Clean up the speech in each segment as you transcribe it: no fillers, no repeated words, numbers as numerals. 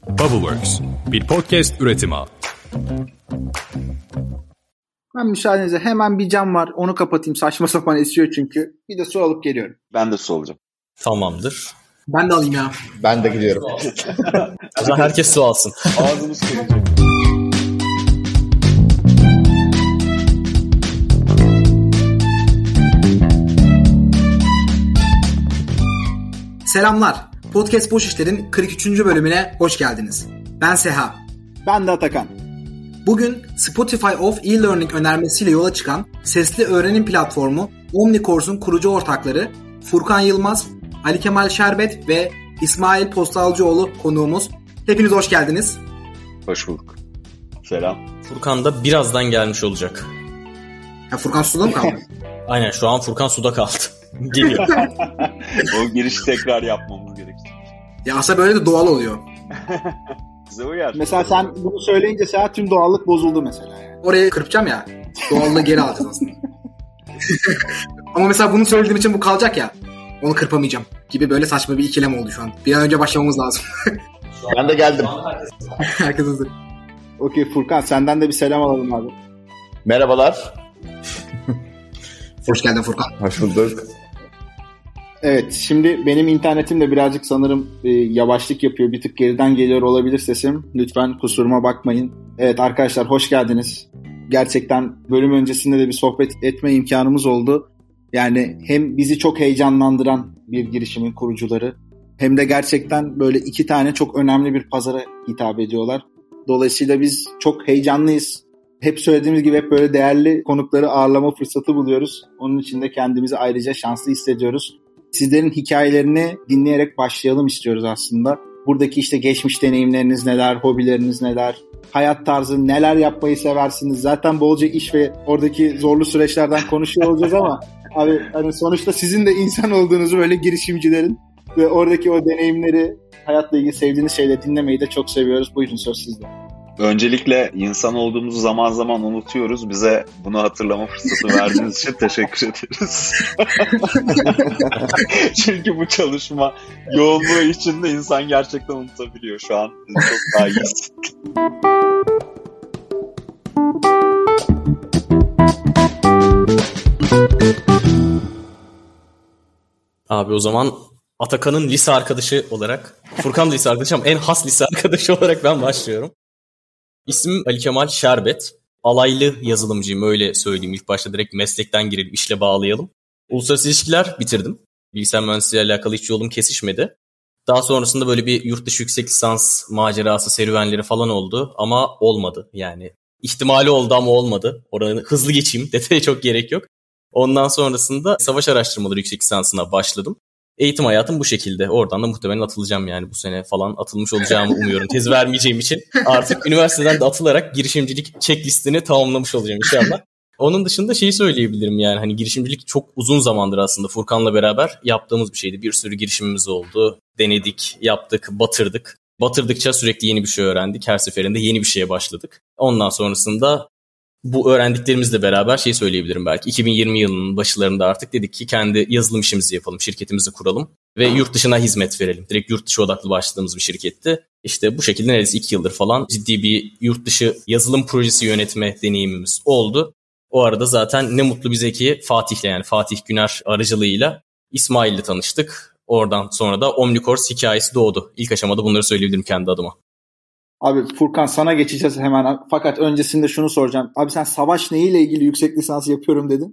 Bubbleworks, bir podcast üretimi. Ben müsaadenizle hemen bir cam var. Onu kapatayım. Saçma sapan esiyor çünkü. Bir de su alıp geliyorum. Ben de su alacağım. Tamamdır. Ben de alayım ya. Ben de gidiyorum. O zaman herkes su alsın. Ağzımız kuruyacak. Selamlar. Podcast Boş İşler'in 43. bölümüne hoş geldiniz. Ben Seha. Ben de Atakan. Bugün Spotify of e-learning önermesiyle yola çıkan sesli öğrenim platformu Omnicourse'un kurucu ortakları Furkan Yılmaz, Ali Kemal Şerbet ve İsmail Postalcıoğlu konuğumuz. Hepiniz hoş geldiniz. Hoş bulduk. Selam. Furkan da birazdan gelmiş olacak. Ya Furkan suda mı kaldı? Aynen, şu an Furkan suda kaldı. Geliyor. O girişi tekrar yapmamız gerekecek. Ya aslında böyle de doğal oluyor. Bize uyar. Mesela sen bunu söyleyince Seha tüm doğallık bozuldu mesela. Yani. Orayı kırpacağım ya. Doğallığı geri alacağız aslında. Ama mesela bunu söylediğim için bu kalacak ya. Onu kırpamayacağım gibi böyle saçma bir ikilem oldu şu an. Bir an önce başlamamız lazım. Ben de geldim. Herkes hazır. Okey Furkan, senden de bir selam alalım abi. Merhabalar. Hoş geldin Furkan. Hoş bulduk. Evet, şimdi benim internetim de birazcık sanırım yavaşlık yapıyor. Bir tık geriden geliyor olabilir sesim. Lütfen kusuruma bakmayın. Evet arkadaşlar, hoş geldiniz. Gerçekten bölüm öncesinde de bir sohbet etme imkanımız oldu. Yani hem bizi çok heyecanlandıran bir girişimin kurucuları, hem de gerçekten böyle iki tane çok önemli bir pazara hitap ediyorlar. Dolayısıyla biz çok heyecanlıyız. Hep söylediğimiz gibi hep böyle değerli konukları ağırlama fırsatı buluyoruz. Onun için de kendimizi ayrıca şanslı hissediyoruz. Sizlerin hikayelerini dinleyerek başlayalım istiyoruz aslında. Buradaki işte geçmiş deneyimleriniz neler, hobileriniz neler, hayat tarzı, neler yapmayı seversiniz. Zaten bolca iş ve oradaki zorlu süreçlerden konuşuyor olacağız ama abi hani sonuçta sizin de insan olduğunuzu böyle girişimcilerin ve oradaki o deneyimleri, hayatla ilgili sevdiğiniz şeyleri dinlemeyi de çok seviyoruz. Buyurun, söz sizde. Öncelikle insan olduğumuzu zaman zaman unutuyoruz. Bize bunu hatırlama fırsatı verdiğiniz için teşekkür ederiz. Çünkü bu çalışma yoğunluğu içinde insan gerçekten unutabiliyor şu an. Çok daha iyiyiz. Abi o zaman Atakan'ın lise arkadaşı olarak, Furkan da lise arkadaşı ama en has lise arkadaşı olarak ben başlıyorum. İsmim Ali Kemal Şerbet. Alaylı yazılımcıyım, öyle söyleyeyim. İlk başta direkt meslekten girelim, işle bağlayalım. Uluslararası ilişkiler bitirdim. Bilgisayar mühendisliğiyle alakalı hiç yolum kesişmedi. Daha sonrasında böyle bir yurt dışı yüksek lisans macerası, serüvenleri falan oldu ama olmadı. Yani ihtimali oldu ama olmadı. Oranı hızlı geçeyim, detaya çok gerek yok. Ondan sonrasında savaş araştırmaları yüksek lisansına başladım. Eğitim hayatım bu şekilde. Oradan da muhtemelen atılacağım yani bu sene falan. Atılmış olacağımı umuyorum. Tez vermeyeceğim için. Artık üniversiteden de atılarak girişimcilik checklistini tamamlamış olacağım inşallah. Onun dışında şeyi söyleyebilirim yani hani girişimcilik çok uzun zamandır aslında Furkan'la beraber yaptığımız bir şeydi. Bir sürü girişimimiz oldu. Denedik, yaptık, batırdık. Batırdıkça sürekli yeni bir şey öğrendik. Her seferinde yeni bir şeye başladık. Ondan sonrasında bu öğrendiklerimizle beraber şey söyleyebilirim belki. 2020 yılının başlarında artık dedik ki kendi yazılım işimizi yapalım, şirketimizi kuralım ve yurt dışına hizmet verelim. Direkt yurt dışı odaklı başladığımız bir şirketti. İşte bu şekilde neredeyse 2 yıldır falan ciddi bir yurt dışı yazılım projesi yönetme deneyimimiz oldu. O arada zaten ne mutlu bize ki Fatih'le, yani Fatih Güner aracılığıyla İsmail'le tanıştık. Oradan sonra da Omnicourse hikayesi doğdu. İlk aşamada bunları söyleyebilirim kendi adıma. Abi Furkan, sana geçeceğiz hemen. Fakat öncesinde şunu soracağım. Abi sen savaş neyiyle ilgili yüksek lisans yapıyorum dedin?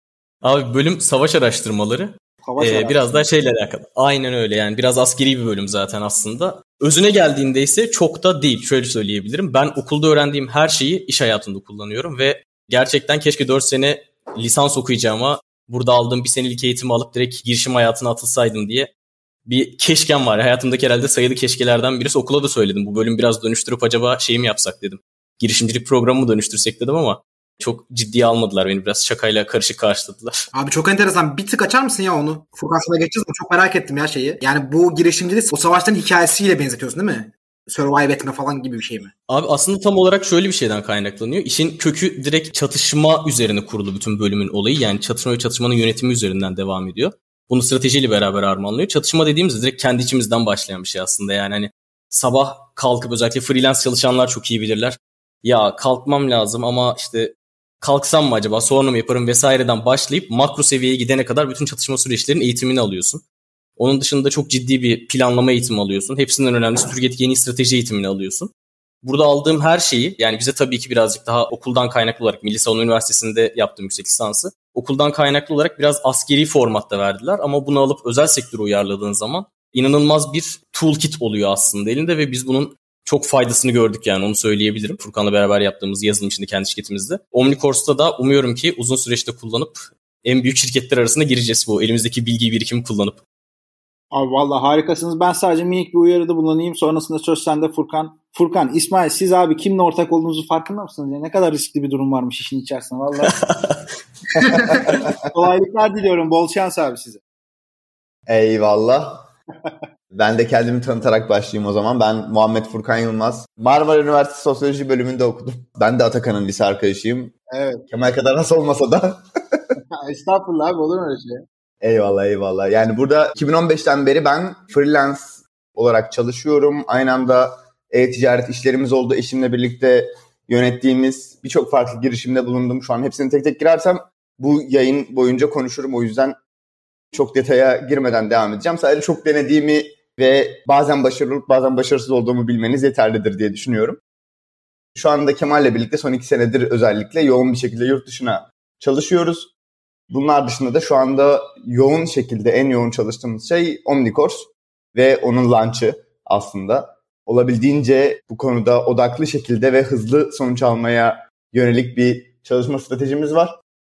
Abi bölüm savaş araştırmaları. Biraz daha şeyle alakalı. Aynen öyle, yani biraz askeri bir bölüm zaten aslında. Özüne geldiğinde ise çok da değil. Şöyle söyleyebilirim. Ben okulda öğrendiğim her şeyi iş hayatında kullanıyorum ve gerçekten keşke 4 sene lisans okuyacağıma burada aldığım bir senelik eğitimi alıp direkt girişim hayatına atılsaydım diye bir keşkem var. Hayatımdaki herhalde sayılı keşkelerden birisi. Okula da söyledim. Bu bölüm biraz dönüştürüp acaba şey mi yapsak dedim. Girişimcilik programı mı dönüştürsek dedim ama çok ciddiye almadılar beni. Biraz şakayla karışık karşıladılar. Abi çok enteresan. Bir tık açar mısın ya onu? Furkan sana geçeceğiz ama çok merak ettim ya şeyi. Yani bu girişimcilik o savaşların hikayesiyle benzetiyorsun değil mi? Survive etme falan gibi bir şey mi? Abi aslında tam olarak şöyle bir şeyden kaynaklanıyor. İşin kökü direkt çatışma üzerine kurulu bütün bölümün olayı. Yani çatışma ve çatışmanın yönetimi üzerinden devam ediyor. Bunu stratejiyle beraber harmanlıyor. Çatışma dediğimizde direkt kendi içimizden başlayan bir şey aslında. Yani hani sabah kalkıp özellikle freelance çalışanlar çok iyi bilirler. Ya kalkmam lazım ama işte kalksam mı acaba sonra mı yaparım vesaireden başlayıp makro seviyeye gidene kadar bütün çatışma süreçlerinin eğitimini alıyorsun. Onun dışında çok ciddi bir planlama eğitimi alıyorsun. Hepsinden önemlisi Türkiye'deki yeni strateji eğitimini alıyorsun. Burada aldığım her şeyi, yani bize tabii ki birazcık daha okuldan kaynaklı olarak, Milli Savunma Üniversitesi'nde yaptığım yüksek lisansı, okuldan kaynaklı olarak biraz askeri formatta verdiler. Ama bunu alıp özel sektöre uyarladığın zaman inanılmaz bir toolkit oluyor aslında elinde ve biz bunun çok faydasını gördük, yani onu söyleyebilirim. Furkan'la beraber yaptığımız yazılım içinde kendi şirketimizde. OmniCourse'da da umuyorum ki uzun süreçte kullanıp en büyük şirketler arasına gireceğiz bu elimizdeki bilgi birikimi kullanıp. Abi vallahi harikasınız. Ben sadece minik bir uyarıda bulunayım. Sonrasında söz sende Furkan. Furkan, İsmail, siz abi kimle ortak olduğunuzu farkında mısınız? Ne kadar riskli bir durum varmış işin içerisinde vallahi. Kolaylıklar diliyorum. Bol şans abi size. Eyvallah. Ben de kendimi tanıtarak başlayayım o zaman. Ben Muhammed Furkan Yılmaz. Marmara Üniversitesi Sosyoloji bölümünde okudum. Ben de Atakan'ın lise arkadaşıyım. Evet. Kemal kadar az olmasa da. Estağfurullah abi, olur mu öyle şey? Eyvallah. Yani burada 2015'ten beri ben freelance olarak çalışıyorum. Aynı anda e-ticaret işlerimiz oldu. Eşimle birlikte yönettiğimiz birçok farklı girişimde bulundum. Şu an hepsini tek tek girersem bu yayın boyunca konuşurum. O yüzden çok detaya girmeden devam edeceğim. Sadece çok denediğimi ve bazen başarılı olup bazen başarısız olduğumu bilmeniz yeterlidir diye düşünüyorum. Şu anda Kemal'le birlikte son 2 senedir özellikle yoğun bir şekilde yurt dışına çalışıyoruz. Bunlar dışında da şu anda yoğun şekilde en yoğun çalıştığımız şey OmniCourse ve onun launch'ı aslında. Olabildiğince bu konuda odaklı şekilde ve hızlı sonuç almaya yönelik bir çalışma stratejimiz var.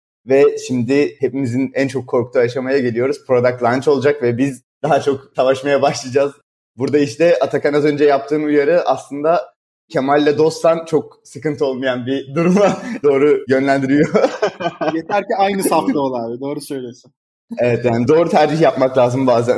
Ve şimdi hepimizin en çok korktuğu aşamaya geliyoruz. Product launch olacak ve biz daha çok savaşmaya başlayacağız. Burada işte Atakan az önce yaptığın uyarı aslında Kemal'le dostsan çok sıkıntı olmayan bir duruma doğru yönlendiriyor. Yeter ki aynı safta ol abi. Doğru söylüyorsun. Evet, yani doğru tercih yapmak lazım bazen.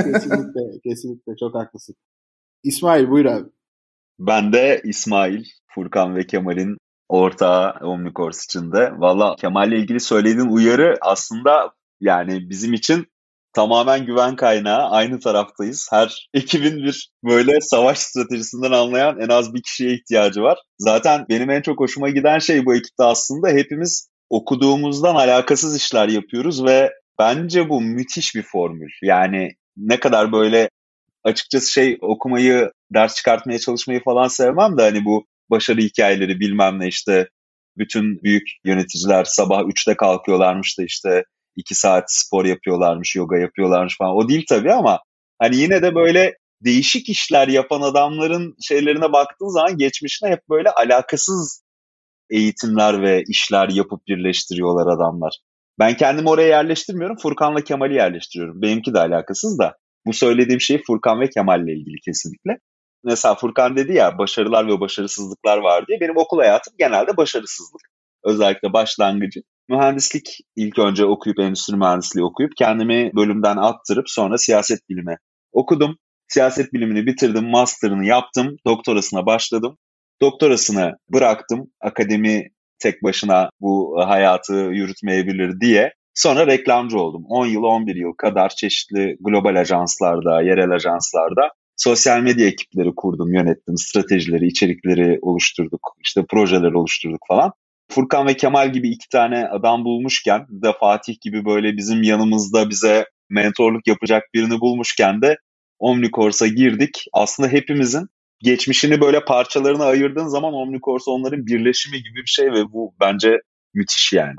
Kesinlikle çok haklısın. İsmail buyur abi. Ben de İsmail, Furkan ve Kemal'in ortağı OmniCourse içinde. Valla Kemal'le ilgili söylediğin uyarı aslında yani bizim için tamamen güven kaynağı. Aynı taraftayız. Her ekibin bir böyle savaş stratejisinden anlayan en az bir kişiye ihtiyacı var. Zaten benim en çok hoşuma giden şey bu ekipte aslında hepimiz okuduğumuzdan alakasız işler yapıyoruz ve bence bu müthiş bir formül. Yani ne kadar böyle açıkçası okumayı, ders çıkartmaya çalışmayı falan sevmem de hani bu başarı hikayeleri bilmem ne işte bütün büyük yöneticiler sabah 3'te kalkıyorlarmış da işte 2 saat spor yapıyorlarmış, yoga yapıyorlarmış falan. O değil tabii ama hani yine de böyle değişik işler yapan adamların şeylerine baktığın zaman geçmişine hep böyle alakasız eğitimler ve işler yapıp birleştiriyorlar adamlar. Ben kendimi oraya yerleştirmiyorum. Furkan'la Kemal'i yerleştiriyorum. Benimki de alakasız da. Bu söylediğim şey Furkan ve Kemal'le ilgili kesinlikle. Mesela Furkan dedi ya başarılar ve başarısızlıklar var diye. Benim okul hayatım genelde başarısızlık. Özellikle başlangıcı. Mühendislik ilk önce okuyup, endüstri mühendisliği okuyup kendimi bölümden attırıp sonra siyaset bilimi okudum. Siyaset bilimini bitirdim, master'ını yaptım, doktorasına başladım. Doktorasını bıraktım. Akademi tek başına bu hayatı yürütmeyebilir diye. Sonra reklamcı oldum. 10 yıl, 11 yıl kadar çeşitli global ajanslarda, yerel ajanslarda sosyal medya ekipleri kurdum, yönettim. Stratejileri, içerikleri oluşturduk. İşte projeler oluşturduk falan. Furkan ve Kemal gibi 2 tane adam bulmuşken, bir de Fatih gibi böyle bizim yanımızda bize mentorluk yapacak birini bulmuşken de OmniCourse'a girdik. Aslında hepimizin geçmişini böyle parçalarına ayırdığın zaman OmniCourse onların birleşimi gibi bir şey ve bu bence müthiş yani.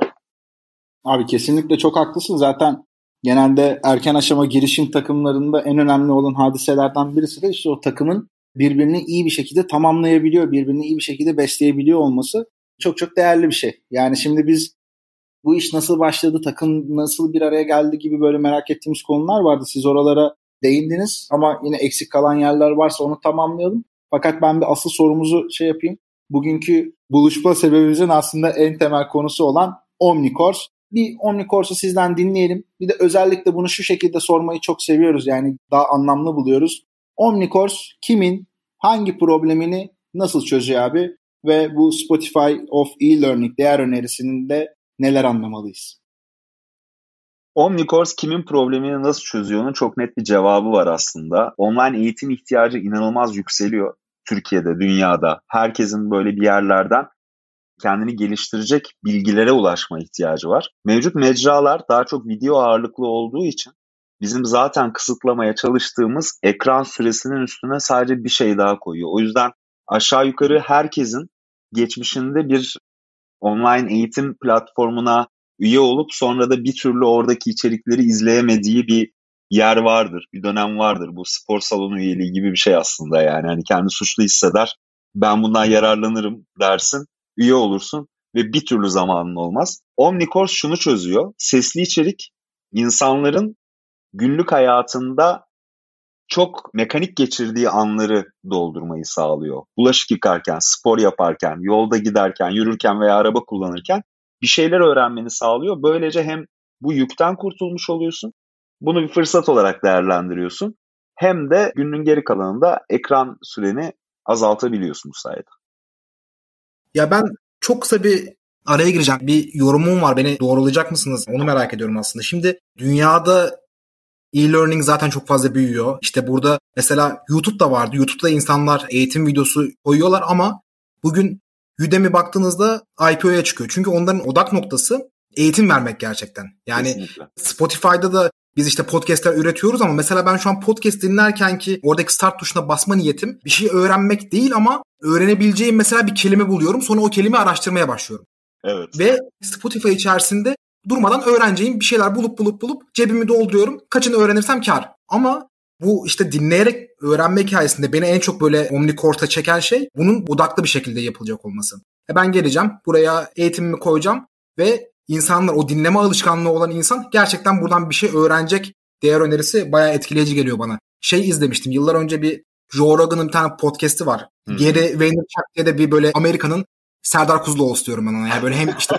Abi kesinlikle çok haklısın. Zaten genelde erken aşama girişim takımlarında en önemli olan hadiselerden birisi de işte o takımın birbirini iyi bir şekilde tamamlayabiliyor, birbirini iyi bir şekilde besleyebiliyor olması çok çok değerli bir şey. Yani şimdi biz bu iş nasıl başladı, takım nasıl bir araya geldi gibi böyle merak ettiğimiz konular vardı. Siz oralara değindiniz ama yine eksik kalan yerler varsa onu tamamlayalım. Fakat ben bir asıl sorumuzu yapayım. Bugünkü buluşma sebebimizin aslında en temel konusu olan OmniCourse. Bir OmniCourse'u sizden dinleyelim. Bir de özellikle bunu şu şekilde sormayı çok seviyoruz. Yani daha anlamlı buluyoruz. OmniCourse kimin, hangi problemini nasıl çözüyor abi? Ve bu Spotify of e-learning değer önerisinin de neler anlamalıyız? Omnicourse kimin problemini nasıl çözüyor'nun çok net bir cevabı var aslında. Online eğitim ihtiyacı inanılmaz yükseliyor Türkiye'de, dünyada. Herkesin böyle bir yerlerden kendini geliştirecek bilgilere ulaşma ihtiyacı var. Mevcut mecralar daha çok video ağırlıklı olduğu için bizim zaten kısıtlamaya çalıştığımız ekran süresinin üstüne sadece bir şey daha koyuyor. O yüzden aşağı yukarı herkesin geçmişinde bir online eğitim platformuna üye olup sonra da bir türlü oradaki içerikleri izleyemediği bir yer vardır. Bir dönem vardır. Bu spor salonu üyeliği gibi bir şey aslında yani. Hani kendi suçlu hisseder. Ben bundan yararlanırım dersin. Üye olursun ve bir türlü zamanın olmaz. Omnicourse şunu çözüyor. Sesli içerik insanların günlük hayatında çok mekanik geçirdiği anları doldurmayı sağlıyor. Bulaşık yıkarken, spor yaparken, yolda giderken, yürürken veya araba kullanırken bir şeyler öğrenmeni sağlıyor. Böylece hem bu yükten kurtulmuş oluyorsun, bunu bir fırsat olarak değerlendiriyorsun. Hem de günün geri kalanında ekran süreni azaltabiliyorsun bu sayede. Ya ben çok kısa bir araya gireceğim. Bir yorumum var. Beni doğrulayacak mısınız? Onu merak ediyorum aslında. Şimdi dünyada e-learning zaten çok fazla büyüyor. İşte burada mesela YouTube da vardı. YouTube'da insanlar eğitim videosu koyuyorlar ama bugün Udemy baktığınızda IPO'ya çıkıyor. Çünkü onların odak noktası eğitim vermek gerçekten. Yani kesinlikle. Spotify'da da biz işte podcastler üretiyoruz ama mesela ben şu an podcast dinlerken ki oradaki start tuşuna basma niyetim bir şey öğrenmek değil ama öğrenebileceğim mesela bir kelime buluyorum. Sonra o kelimeyi araştırmaya başlıyorum. Evet. Ve Spotify içerisinde durmadan öğreneceğim bir şeyler bulup cebimi dolduruyorum. Kaçını öğrenirsem kar. Ama bu işte dinleyerek öğrenme hikayesinde beni en çok böyle Omnicourse'a çeken şey bunun odaklı bir şekilde yapılacak olması. Ben geleceğim, buraya eğitimimi koyacağım ve insanlar, o dinleme alışkanlığı olan insan gerçekten buradan bir şey öğrenecek. Değer önerisi bayağı etkileyici geliyor bana. İzlemiştim yıllar önce, bir Joe Rogan'ın bir tane podcast'i var. Gary Vaynerchuk diye de bir böyle Amerika'nın Serdar Kuzuloğlu diyorum ben ona. Yani böyle hem işte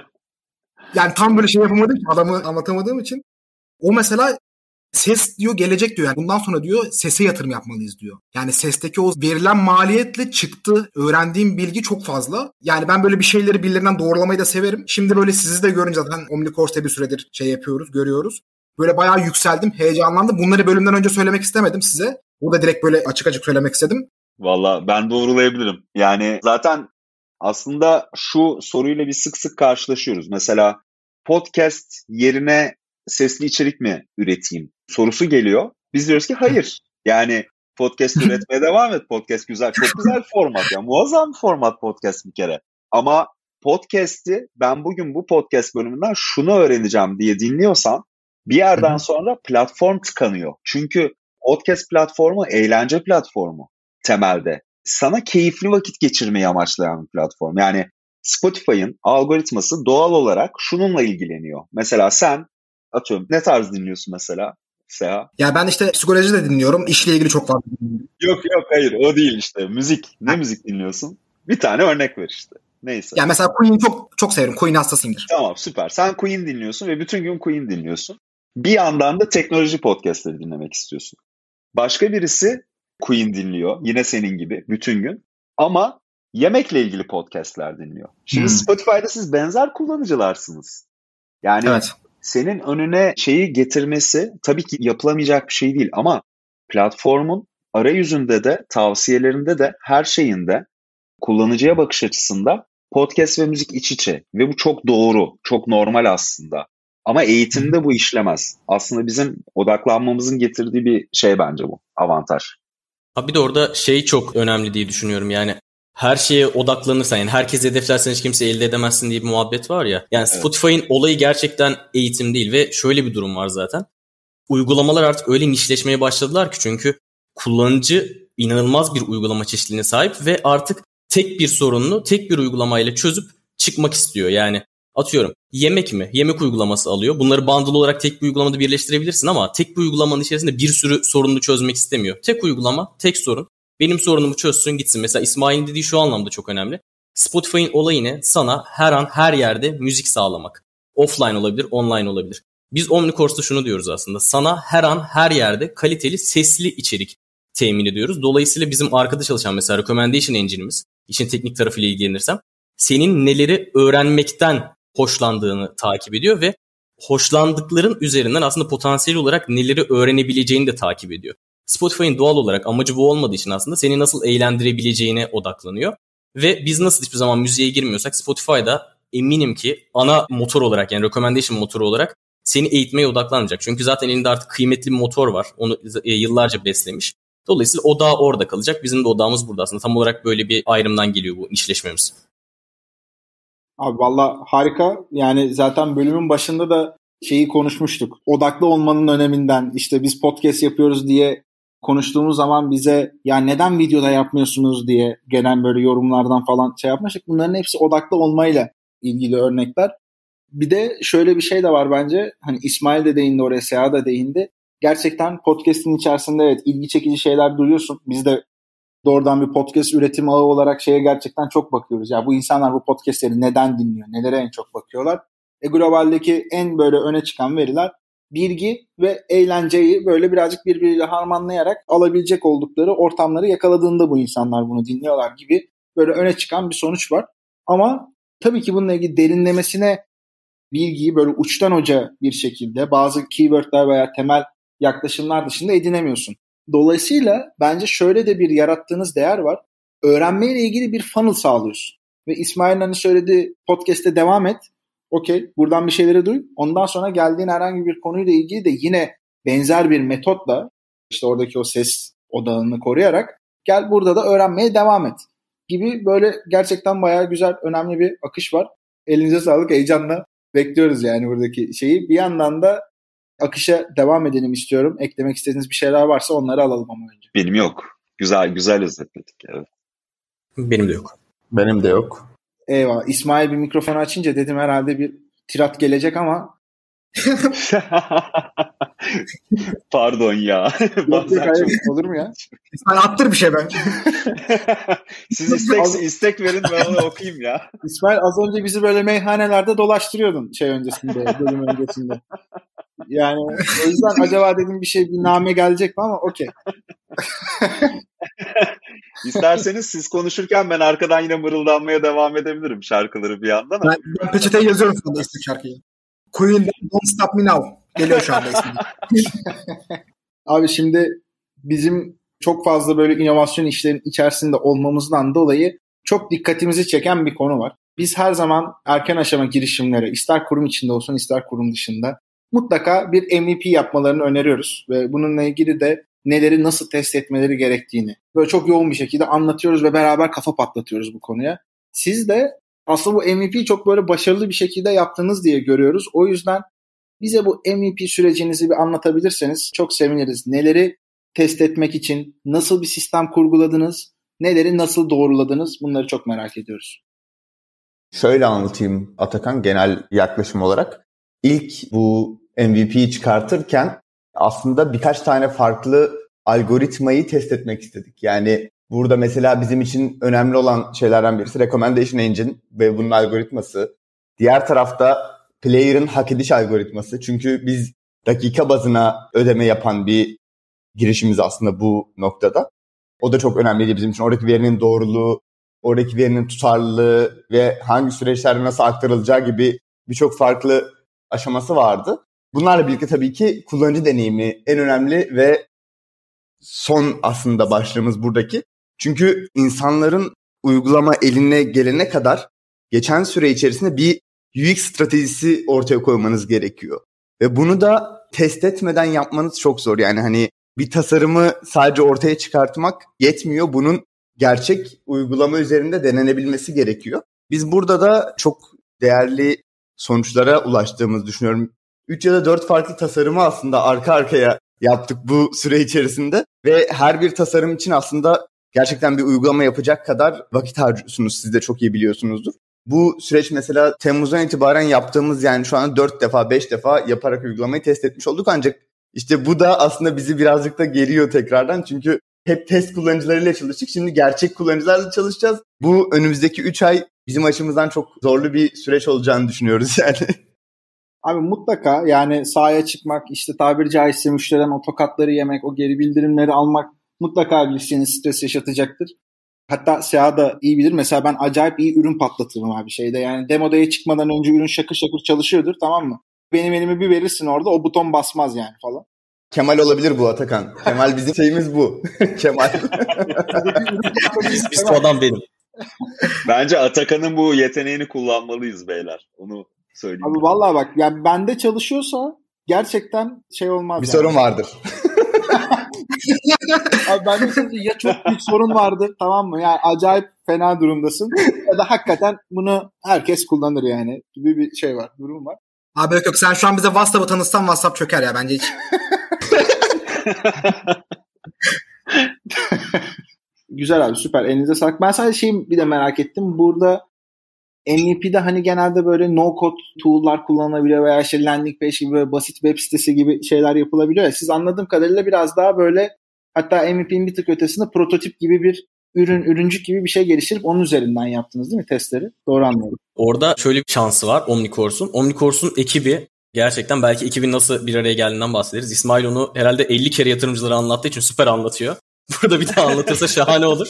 yani tam böyle şey yapamadım ki, adamı anlatamadığım için. O mesela ses diyor gelecek diyor. Yani bundan sonra diyor sese yatırım yapmalıyız diyor. Yani sesteki o verilen maliyetle çıktı. Öğrendiğim bilgi çok fazla. Yani ben böyle bir şeyleri birilerinden doğrulamayı da severim. Şimdi böyle sizi de görünce zaten Omnicourse'te bir süredir görüyoruz. Böyle bayağı yükseldim, heyecanlandım. Bunları bölümden önce söylemek istemedim size. Burada direkt böyle açık açık söylemek istedim. Valla ben doğrulayabilirim. Yani zaten aslında şu soruyla bir sık sık karşılaşıyoruz. Mesela podcast yerine sesli içerik mi üreteyim sorusu geliyor. Biz diyoruz ki hayır. Yani podcast üretmeye devam et. Podcast güzel, çok güzel bir format. Yani muazzam bir format podcast bir kere. Ama podcast'i ben bugün bu podcast bölümünden şunu öğreneceğim diye dinliyorsan bir yerden sonra platform tıkanıyor. Çünkü podcast platformu eğlence platformu temelde. Sana keyifli vakit geçirmeyi amaçlayan bir platform. Yani Spotify'ın algoritması doğal olarak şununla ilgileniyor. Mesela sen atıyorum ne tarz dinliyorsun mesela Seha? Ya ben işte psikoloji de dinliyorum. İşle ilgili çok fazla dinliyorum. Yok hayır o değil işte. Müzik. Ne müzik dinliyorsun? Bir tane örnek ver işte. Neyse. Ya mesela Queen'i çok severim. Queen hastasıyımdır. Tamam süper. Sen Queen dinliyorsun ve bütün gün Queen dinliyorsun. Bir yandan da teknoloji podcastları dinlemek istiyorsun. Başka birisi Queen dinliyor. Yine senin gibi bütün gün. Ama yemekle ilgili podcastler dinliyor. Şimdi Spotify'da siz benzer kullanıcılarsınız. Yani evet. Senin önüne şeyi getirmesi tabii ki yapılamayacak bir şey değil ama platformun arayüzünde de, tavsiyelerinde de, her şeyinde, kullanıcıya bakış açısında podcast ve müzik iç içe ve bu çok doğru, çok normal aslında. Ama eğitimde bu işlemez. Aslında bizim odaklanmamızın getirdiği bir şey bence bu, avantaj. Bir de orada şey çok önemli diye düşünüyorum yani. Her şeye odaklanırsan, yani herkes hedeflersen hiç kimse elde edemezsin diye bir muhabbet var ya. Yani evet. Spotify'ın olayı gerçekten eğitim değil ve şöyle bir durum var zaten. Uygulamalar artık öyle nişleşmeye başladılar ki çünkü kullanıcı inanılmaz bir uygulama çeşitliliğine sahip ve artık tek bir sorununu tek bir uygulamayla çözüp çıkmak istiyor. Yani atıyorum yemek mi? Yemek uygulaması alıyor. Bunları bundle olarak tek bir uygulamada birleştirebilirsin ama tek bir uygulamanın içerisinde bir sürü sorununu çözmek istemiyor. Tek uygulama, tek sorun. Benim sorunumu çözsün gitsin. Mesela İsmail'in dediği şu anlamda çok önemli. Spotify'ın olayı ne? Sana her an her yerde müzik sağlamak. Offline olabilir, online olabilir. Biz Omnicourse'da şunu diyoruz aslında. Sana her an her yerde kaliteli sesli içerik temin ediyoruz. Dolayısıyla bizim arkada çalışan mesela recommendation engine'imiz, işin teknik tarafıyla ilgilenirsem, senin neleri öğrenmekten hoşlandığını takip ediyor ve hoşlandıkların üzerinden aslında potansiyel olarak neleri öğrenebileceğini de takip ediyor. Spotify'ın doğal olarak amacı bu olmadığı için aslında seni nasıl eğlendirebileceğine odaklanıyor. Ve biz nasıl hiçbir zaman müziğe girmiyorsak Spotify'da eminim ki ana motor olarak, yani recommendation motoru olarak seni eğitmeye odaklanmayacak. Çünkü zaten elinde artık kıymetli bir motor var. Onu yıllarca beslemiş. Dolayısıyla odağı orada kalacak. Bizim de odağımız burada aslında. Tam olarak böyle bir ayrımdan geliyor bu işleşmemiz. Abi valla harika. Yani zaten bölümün başında da şeyi konuşmuştuk. Odaklı olmanın öneminden, işte biz podcast yapıyoruz diye konuştuğumuz zaman bize ya neden videoda yapmıyorsunuz diye gelen böyle yorumlardan falan şey yapmıştık. Bunların hepsi odaklı olmayla ilgili örnekler. Bir de şöyle bir şey de var bence. Hani İsmail de değindi oraya, Seha da değindi. Gerçekten podcast'in içerisinde evet ilgi çekici şeyler duyuyorsun. Biz de doğrudan bir podcast üretim ağı olarak şeye gerçekten çok bakıyoruz. Ya bu insanlar bu podcastleri neden dinliyor? Nelere en çok bakıyorlar? Globaldeki en böyle öne çıkan veriler bilgi ve eğlenceyi böyle birazcık birbiriyle harmanlayarak alabilecek oldukları ortamları yakaladığında bu insanlar bunu dinliyorlar gibi böyle öne çıkan bir sonuç var. Ama tabii ki bununla ilgili derinlemesine bilgiyi böyle uçtan uca bir şekilde bazı keywordler veya temel yaklaşımlar dışında edinemiyorsun. Dolayısıyla bence şöyle de bir yarattığınız değer var. Öğrenmeyle ilgili bir funnel sağlıyorsun. Ve İsmail'in hani söylediği podcast'te devam et. Okey, buradan bir şeyleri duy. Ondan sonra geldiğin herhangi bir konuyla ilgili de yine benzer bir metotla işte oradaki o ses odağını koruyarak gel burada da öğrenmeye devam et gibi böyle gerçekten bayağı güzel, önemli bir akış var. Elinize sağlık, heyecanla bekliyoruz yani buradaki şeyi. Bir yandan da akışa devam edelim istiyorum. Eklemek istediğiniz bir şeyler varsa onları alalım ama önce. Benim yok. Güzel özetledik. Evet. Benim de yok. Benim de yok. Eyvallah. İsmail bir mikrofonu açınca dedim herhalde bir tirat gelecek ama Pardon ya. yok, olur mu ya? İsmail attır bir şey ben. Siz istek verin, ben onu okuyayım ya. İsmail az önce bizi böyle meyhanelerde dolaştırıyordun bölüm öncesinde. Yani o yüzden acaba dedim bir name gelecek mi ama okey. İsterseniz siz konuşurken ben arkadan yine mırıldanmaya devam edebilirim şarkıları bir yandan. Ama. Ben peçeteye yazıyorum şu anda istek şarkıyı. Queen'den Don't Stop Me Now geliyor şu anda ismi. Abi şimdi bizim çok fazla böyle inovasyon işlerin içerisinde olmamızdan dolayı çok dikkatimizi çeken bir konu var. Biz her zaman erken aşama girişimlere, ister kurum içinde olsun ister kurum dışında mutlaka bir MVP yapmalarını öneriyoruz. Ve bununla ilgili de neleri nasıl test etmeleri gerektiğini böyle çok yoğun bir şekilde anlatıyoruz ve beraber kafa patlatıyoruz bu konuya. Siz de aslında bu MVP'yi çok böyle başarılı bir şekilde yaptınız diye görüyoruz. O yüzden bize bu MVP sürecinizi bir anlatabilirseniz çok seviniriz. Neleri test etmek için nasıl bir sistem kurguladınız, neleri nasıl doğruladınız, bunları çok merak ediyoruz. Şöyle anlatayım Atakan, genel yaklaşım olarak. İlk bu MVP'yi çıkartırken aslında birkaç tane farklı algoritmayı test etmek istedik. Yani burada mesela bizim için önemli olan şeylerden birisi Recommendation Engine ve bunun algoritması. Diğer tarafta Player'ın hak ediş algoritması. Çünkü biz dakika bazına ödeme yapan bir girişimiz aslında bu noktada. O da çok önemliydi bizim için. Oradaki verinin doğruluğu, oradaki verinin tutarlılığı ve hangi süreçlerde nasıl aktarılacağı gibi birçok farklı aşaması vardı. Bunlarla birlikte tabii ki kullanıcı deneyimi en önemli ve son aslında başlığımız buradaki. Çünkü insanların uygulama eline gelene kadar geçen süre içerisinde bir UX stratejisi ortaya koymanız gerekiyor. Ve bunu da test etmeden yapmanız çok zor. Yani hani bir tasarımı sadece ortaya çıkartmak yetmiyor. Bunun gerçek uygulama üzerinde denenebilmesi gerekiyor. Biz burada da çok değerli sonuçlara ulaştığımızı düşünüyorum. 3 ya da 4 farklı tasarımı aslında arka arkaya yaptık bu süre içerisinde. Ve her bir tasarım için aslında gerçekten bir uygulama yapacak kadar vakit harcıyorsunuz. Siz de çok iyi biliyorsunuzdur. Bu süreç mesela Temmuz'dan itibaren yaptığımız, yani şu an 4 defa 5 defa yaparak uygulamayı test etmiş olduk. Ancak işte bu da aslında bizi birazcık da geriyor tekrardan. Çünkü hep test kullanıcılarıyla çalıştık. Şimdi gerçek kullanıcılarla çalışacağız. Bu önümüzdeki 3 ay bizim açımızdan çok zorlu bir süreç olacağını düşünüyoruz yani. Abi mutlaka yani sahaya çıkmak, işte tabiri caizse müşteriden o tokatları yemek, o geri bildirimleri almak mutlaka bir seni stres yaşatacaktır. Hatta Seha da iyi bilir. Mesela ben acayip iyi ürün patlatırım abi şeyde. Yani demodaya çıkmadan önce ürün şakır şakır çalışıyordur, tamam mı? Benim elimi bir verirsin orada, o buton basmaz yani falan. Kemal olabilir bu Atakan. Kemal bizim şeyimiz bu. Kemal. Biz bu adam benim. Bence Atakan'ın bu yeteneğini kullanmalıyız beyler. Onu söyleyeyim. Abi vallahi bak, yani bende çalışıyorsa gerçekten şey olmaz. Bir yani. sorun vardır. Abi bende ya çok büyük sorun vardır, tamam mı? Yani acayip fena durumdasın ya da hakikaten bunu herkes kullanır yani gibi bir şey var, durum var. Abi yok sen şu an bize WhatsApp'ı tanıtsan WhatsApp çöker ya bence hiç. Güzel abi, süper, elinize sağlık. Ben sadece şeyi bir de merak ettim. Burada MVP'de hani genelde böyle no code tool'lar kullanılabiliyor veya işte landing page gibi böyle basit web sitesi gibi şeyler yapılabiliyor ya. Siz anladığım kadarıyla biraz daha böyle, hatta MVP'nin bir tık ötesinde prototip gibi bir ürüncük gibi bir şey geliştirip onun üzerinden yaptınız değil mi testleri? Doğru anlıyorum. Orada şöyle bir şansı var Omnicourse'un. Omnicourse'un ekibi gerçekten, belki ekibin nasıl bir araya geldiğinden bahsederiz. İsmail onu herhalde 50 kere yatırımcılara anlattığı için süper anlatıyor. Burada bir daha anlatırsa şahane olur.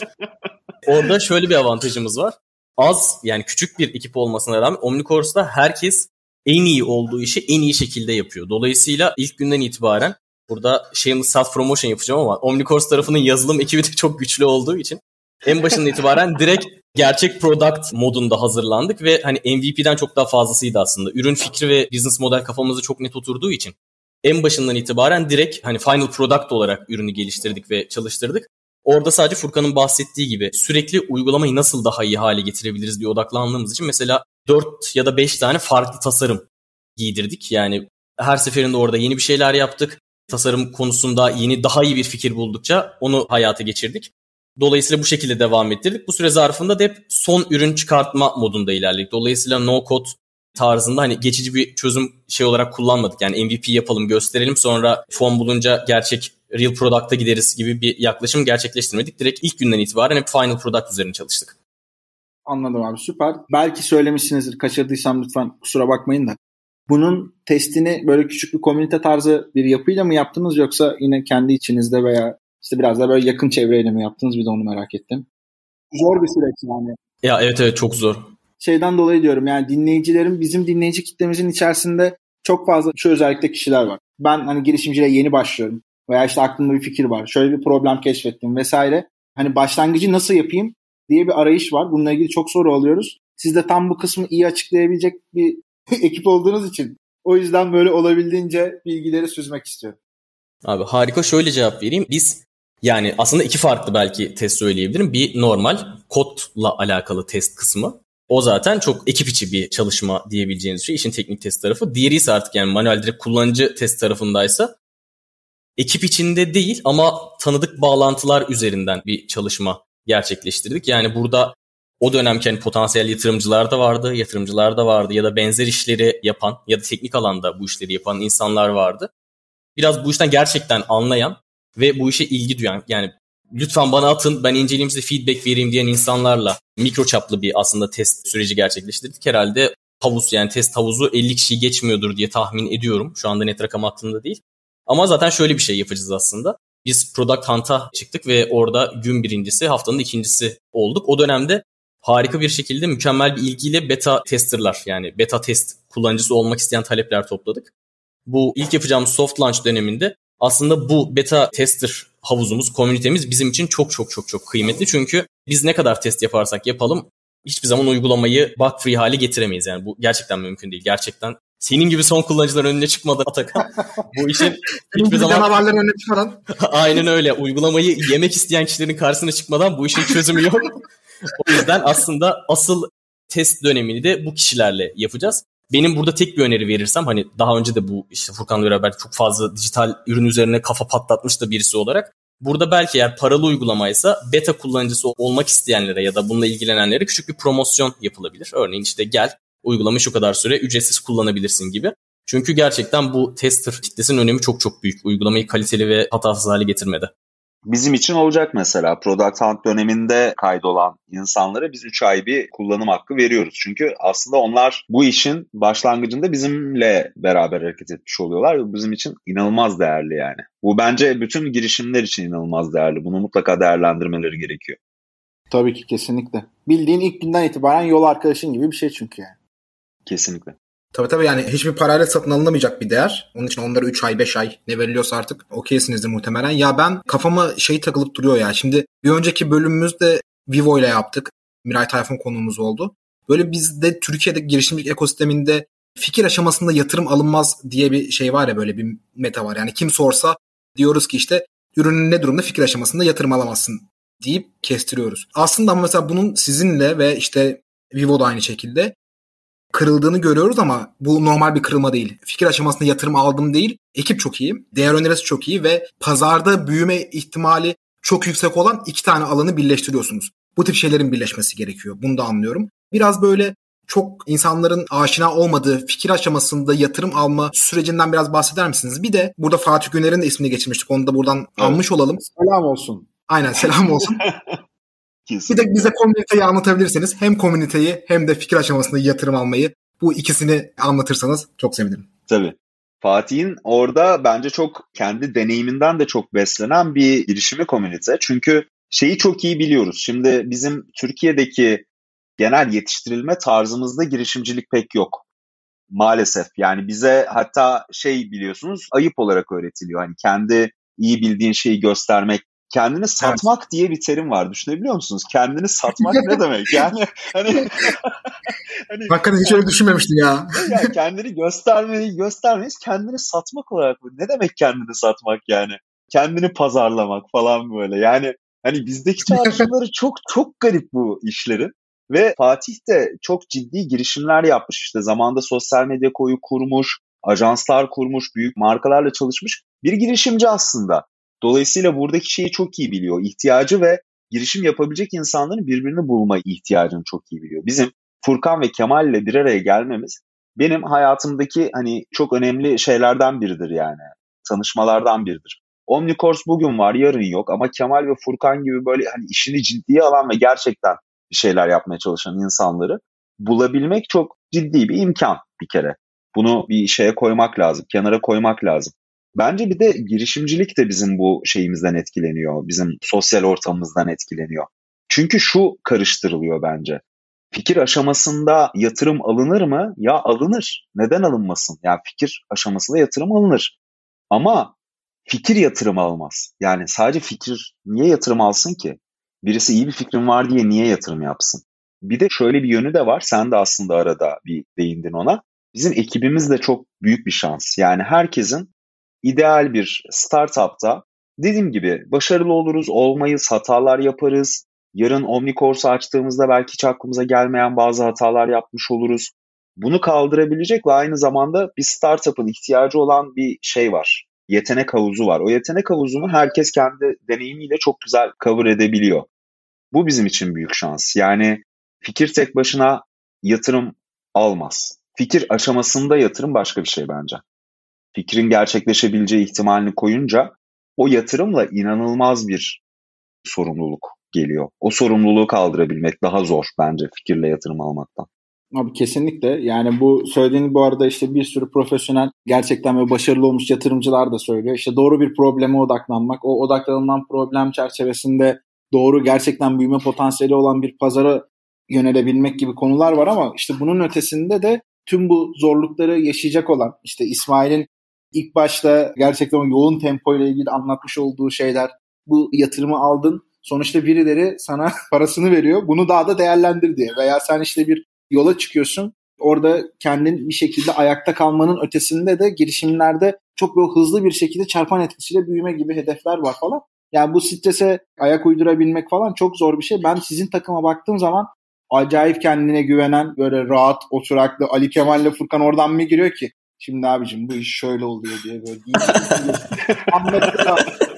Orada şöyle bir avantajımız var. Az, yani küçük bir ekip olmasına rağmen Omnicourse'da herkes en iyi olduğu işi en iyi şekilde yapıyor. Dolayısıyla ilk günden itibaren burada shameless self promotion yapacağım ama Omnicourse tarafının yazılım ekibi de çok güçlü olduğu için en başından itibaren direkt gerçek product modunda hazırlandık ve hani MVP'den çok daha fazlasıydı aslında. Ürün fikri ve business model kafamızda çok net oturduğu için en başından itibaren direkt hani final product olarak ürünü geliştirdik ve çalıştırdık. Orada sadece Furkan'ın bahsettiği gibi sürekli uygulamayı nasıl daha iyi hale getirebiliriz diye odaklandığımız için mesela 4 ya da 5 tane farklı tasarım giydirdik. Yani her seferinde orada yeni bir şeyler yaptık. Tasarım konusunda yeni, daha iyi bir fikir buldukça onu hayata geçirdik. Dolayısıyla bu şekilde devam ettirdik. Bu süre zarfında da hep son ürün çıkartma modunda ilerledik. Dolayısıyla no code tarzında hani geçici bir çözüm şey olarak kullanmadık. Yani MVP yapalım, gösterelim, sonra fon bulunca gerçek real product'a gideriz gibi bir yaklaşım gerçekleştirmedik. Direkt ilk günden itibaren hep final product üzerine çalıştık. Anladım abi, süper. Belki söylemişsinizdir, kaçırdıysam lütfen kusura bakmayın da. Bunun testini böyle küçük bir komünite tarzı bir yapıyla mı yaptınız, yoksa yine kendi içinizde veya işte biraz da böyle yakın çevreyle mi yaptınız? Bir de onu merak ettim. Zor bir süreç yani. Ya evet çok zor. Şeyden dolayı diyorum, yani dinleyicilerim, bizim dinleyici kitlemizin içerisinde çok fazla şu özellikle kişiler var. Ben hani girişimciliğe yeni başlıyorum veya işte aklımda bir fikir var, şöyle bir problem keşfettim vesaire. Hani başlangıcı nasıl yapayım diye bir arayış var. Bununla ilgili çok soru alıyoruz. Siz de tam bu kısmı iyi açıklayabilecek bir ekip olduğunuz için o yüzden böyle olabildiğince bilgileri süzmek istiyorum. Abi harika, şöyle cevap vereyim. Biz yani aslında iki farklı belki test söyleyebilirim. Bir normal kodla alakalı test kısmı. O zaten çok ekip içi bir çalışma diyebileceğiniz şey, işin teknik test tarafı. Diğeri ise artık yani manuel direkt kullanıcı test tarafındaysa ekip içinde değil ama tanıdık bağlantılar üzerinden bir çalışma gerçekleştirdik. Yani burada o dönemki hani potansiyel yatırımcılar da vardı ya da benzer işleri yapan ya da teknik alanda bu işleri yapan insanlar vardı. Biraz bu işten gerçekten anlayan ve bu işe ilgi duyan, yani lütfen bana atın ben inceleyeyim size feedback vereyim diyen insanlarla mikro çaplı bir aslında test süreci gerçekleştirdik. Herhalde havuz, yani test havuzu 50 kişiyi geçmiyordur diye tahmin ediyorum. Şu anda net rakam aklımda değil. Ama zaten şöyle bir şey yapacağız aslında. Biz Product Hunt'a çıktık ve orada gün birincisi, haftanın ikincisi olduk. O dönemde harika bir şekilde mükemmel bir ilgiyle beta testerlar, yani beta test kullanıcısı olmak isteyen talepler topladık. Bu ilk yapacağımız soft launch döneminde aslında bu beta tester havuzumuz, komünitemiz bizim için çok kıymetli. Çünkü biz ne kadar test yaparsak yapalım hiçbir zaman uygulamayı bug free hale getiremeyiz. Yani bu gerçekten mümkün değil. Gerçekten senin gibi son kullanıcıların önüne çıkmadan Atakan bu işin hiçbir zaman canavarların önüne çıkmadan. Aynen öyle. Uygulamayı yemek isteyen kişilerin karşısına çıkmadan bu işin çözümü yok. O yüzden aslında asıl test dönemini de bu kişilerle yapacağız. Benim burada tek bir öneri verirsem, hani daha önce de bu işte Furkan'la beraber çok fazla dijital ürün üzerine kafa patlatmış da birisi olarak, burada belki eğer paralı uygulamaysa beta kullanıcısı olmak isteyenlere ya da bununla ilgilenenlere küçük bir promosyon yapılabilir. Örneğin işte gel uygulamayı şu kadar süre ücretsiz kullanabilirsin gibi. Çünkü gerçekten bu tester kitlesinin önemi çok büyük. Uygulamayı kaliteli ve hatasız hale getirmede. Bizim için olacak mesela Product Hunt döneminde kaydolan insanlara biz 3 ay bir kullanım hakkı veriyoruz. Çünkü aslında onlar bu işin başlangıcında bizimle beraber hareket etmiş oluyorlar. Bu bizim için inanılmaz değerli yani. Bu bence bütün girişimler için inanılmaz değerli. Bunu mutlaka değerlendirmeleri gerekiyor. Tabii ki, kesinlikle. Bildiğin ilk günden itibaren yol arkadaşın gibi bir şey çünkü yani. Kesinlikle. Tabii yani hiçbir parayla satın alınamayacak bir değer. Onun için onlara 3 ay 5 ay ne veriliyorsa artık okeysinizdir muhtemelen. Ya ben kafama takılıp duruyor ya. Şimdi bir önceki bölümümüzde Vivo ile yaptık. Miray Tayfun konuğumuz oldu. Böyle bizde Türkiye'deki girişimcilik ekosisteminde fikir aşamasında yatırım alınmaz diye bir şey var ya, böyle bir meta var. Yani kim sorsa diyoruz ki işte ürünün ne durumda, fikir aşamasında yatırım alamazsın deyip kestiriyoruz. Aslında ama mesela bunun sizinle ve işte Vivo da aynı şekilde kırıldığını görüyoruz ama bu normal bir kırılma değil. Fikir aşamasında yatırım aldım değil. Ekip çok iyi. Değer önerisi çok iyi ve pazarda büyüme ihtimali çok yüksek olan 2 tane alanı birleştiriyorsunuz. Bu tip şeylerin birleşmesi gerekiyor. Bunu da anlıyorum. Biraz böyle çok insanların aşina olmadığı fikir aşamasında yatırım alma sürecinden biraz bahseder misiniz? Bir de burada Fatih Güner'in de ismini geçirmiştik. Onu da buradan almış olalım. Selam olsun. Aynen, selam olsun. Bir de bize komüniteyi anlatabilirseniz, hem komüniteyi hem de fikir aşamasında yatırım almayı, bu ikisini anlatırsanız çok sevinirim. Tabii. Fatih'in orada bence çok kendi deneyiminden de çok beslenen bir girişimci komünite. Çünkü şeyi çok iyi biliyoruz. Şimdi bizim Türkiye'deki genel yetiştirilme tarzımızda girişimcilik pek yok. Maalesef. Yani bize hatta biliyorsunuz, ayıp olarak öğretiliyor. Hani kendi iyi bildiğin şeyi göstermek, kendini satmak diye bir terim var. Düşünebiliyor musunuz? Kendini satmak ne demek? Yani hani hakikaten hiç öyle düşünmemiştim ya. Yani kendini göstermeyiz, kendini satmak olarak bu. Ne demek kendini satmak yani? Kendini pazarlamak falan böyle. Yani hani bizdeki çağrışımları çok çok garip bu işlerin. Ve Fatih de çok ciddi girişimler yapmış. İşte zamanında sosyal medya koyu kurmuş, ajanslar kurmuş, büyük markalarla çalışmış bir girişimci aslında. Dolayısıyla buradaki şeyi çok iyi biliyor. İhtiyacı ve girişim yapabilecek insanların birbirini bulma ihtiyacını çok iyi biliyor. Bizim Furkan ve Kemal ile bir araya gelmemiz benim hayatımdaki hani çok önemli şeylerden biridir yani. Tanışmalardan biridir. Omnicourse bugün var, yarın yok, ama Kemal ve Furkan gibi böyle hani işini ciddiye alan ve gerçekten bir şeyler yapmaya çalışan insanları bulabilmek çok ciddi bir imkan bir kere. Bunu bir şeye koymak lazım, kenara koymak lazım. Bence bir de girişimcilik de bizim bu şeyimizden etkileniyor, bizim sosyal ortamımızdan etkileniyor. Çünkü şu karıştırılıyor bence. Fikir aşamasında yatırım alınır mı? Ya alınır. Neden alınmasın? Ya fikir aşamasında yatırım alınır. Ama fikir yatırım almaz. Yani sadece fikir niye yatırım alsın ki? Birisi iyi bir fikrin var diye niye yatırım yapsın? Bir de şöyle bir yönü de var. Sen de aslında arada bir değindin ona. Bizim ekibimiz de çok büyük bir şans. Yani herkesin ideal bir startupta, dediğim gibi, başarılı oluruz, olmayız, hatalar yaparız. Yarın Omnicourse'u açtığımızda belki hiç aklımıza gelmeyen bazı hatalar yapmış oluruz. Bunu kaldırabilecek ve aynı zamanda bir startup'ın ihtiyacı olan bir şey var. Yetenek havuzu var. O yetenek havuzunu herkes kendi deneyimiyle çok güzel cover edebiliyor. Bu bizim için büyük şans. Yani fikir tek başına yatırım almaz. Fikir aşamasında yatırım başka bir şey bence. Fikrin gerçekleşebileceği ihtimalini koyunca o yatırımla inanılmaz bir sorumluluk geliyor. O sorumluluğu kaldırabilmek daha zor bence fikirle yatırım almaktan. Abi kesinlikle. Yani bu söylediğin, bu arada işte bir sürü profesyonel, gerçekten ve başarılı olmuş yatırımcılar da söylüyor. İşte doğru bir probleme odaklanmak, o odaklanılan problem çerçevesinde doğru, gerçekten büyüme potansiyeli olan bir pazara yönelebilmek gibi konular var, ama işte bunun ötesinde de tüm bu zorlukları yaşayacak olan, işte İsmail'in ilk başta gerçekten o yoğun tempo ile ilgili anlatmış olduğu şeyler, bu yatırımı aldın, sonuçta birileri sana parasını veriyor, bunu daha da değerlendir diye, veya sen işte bir yola çıkıyorsun, orada kendin bir şekilde ayakta kalmanın ötesinde de girişimlerde çok böyle hızlı bir şekilde çarpan etkisiyle büyüme gibi hedefler var falan. Yani bu strese ayak uydurabilmek falan çok zor bir şey. Ben sizin takıma baktığım zaman acayip kendine güvenen, böyle rahat, oturaklı Ali Kemal ile Furkan oradan mı giriyor ki? Şimdi abicim bu iş şöyle oluyor diye böyle anlatıyor.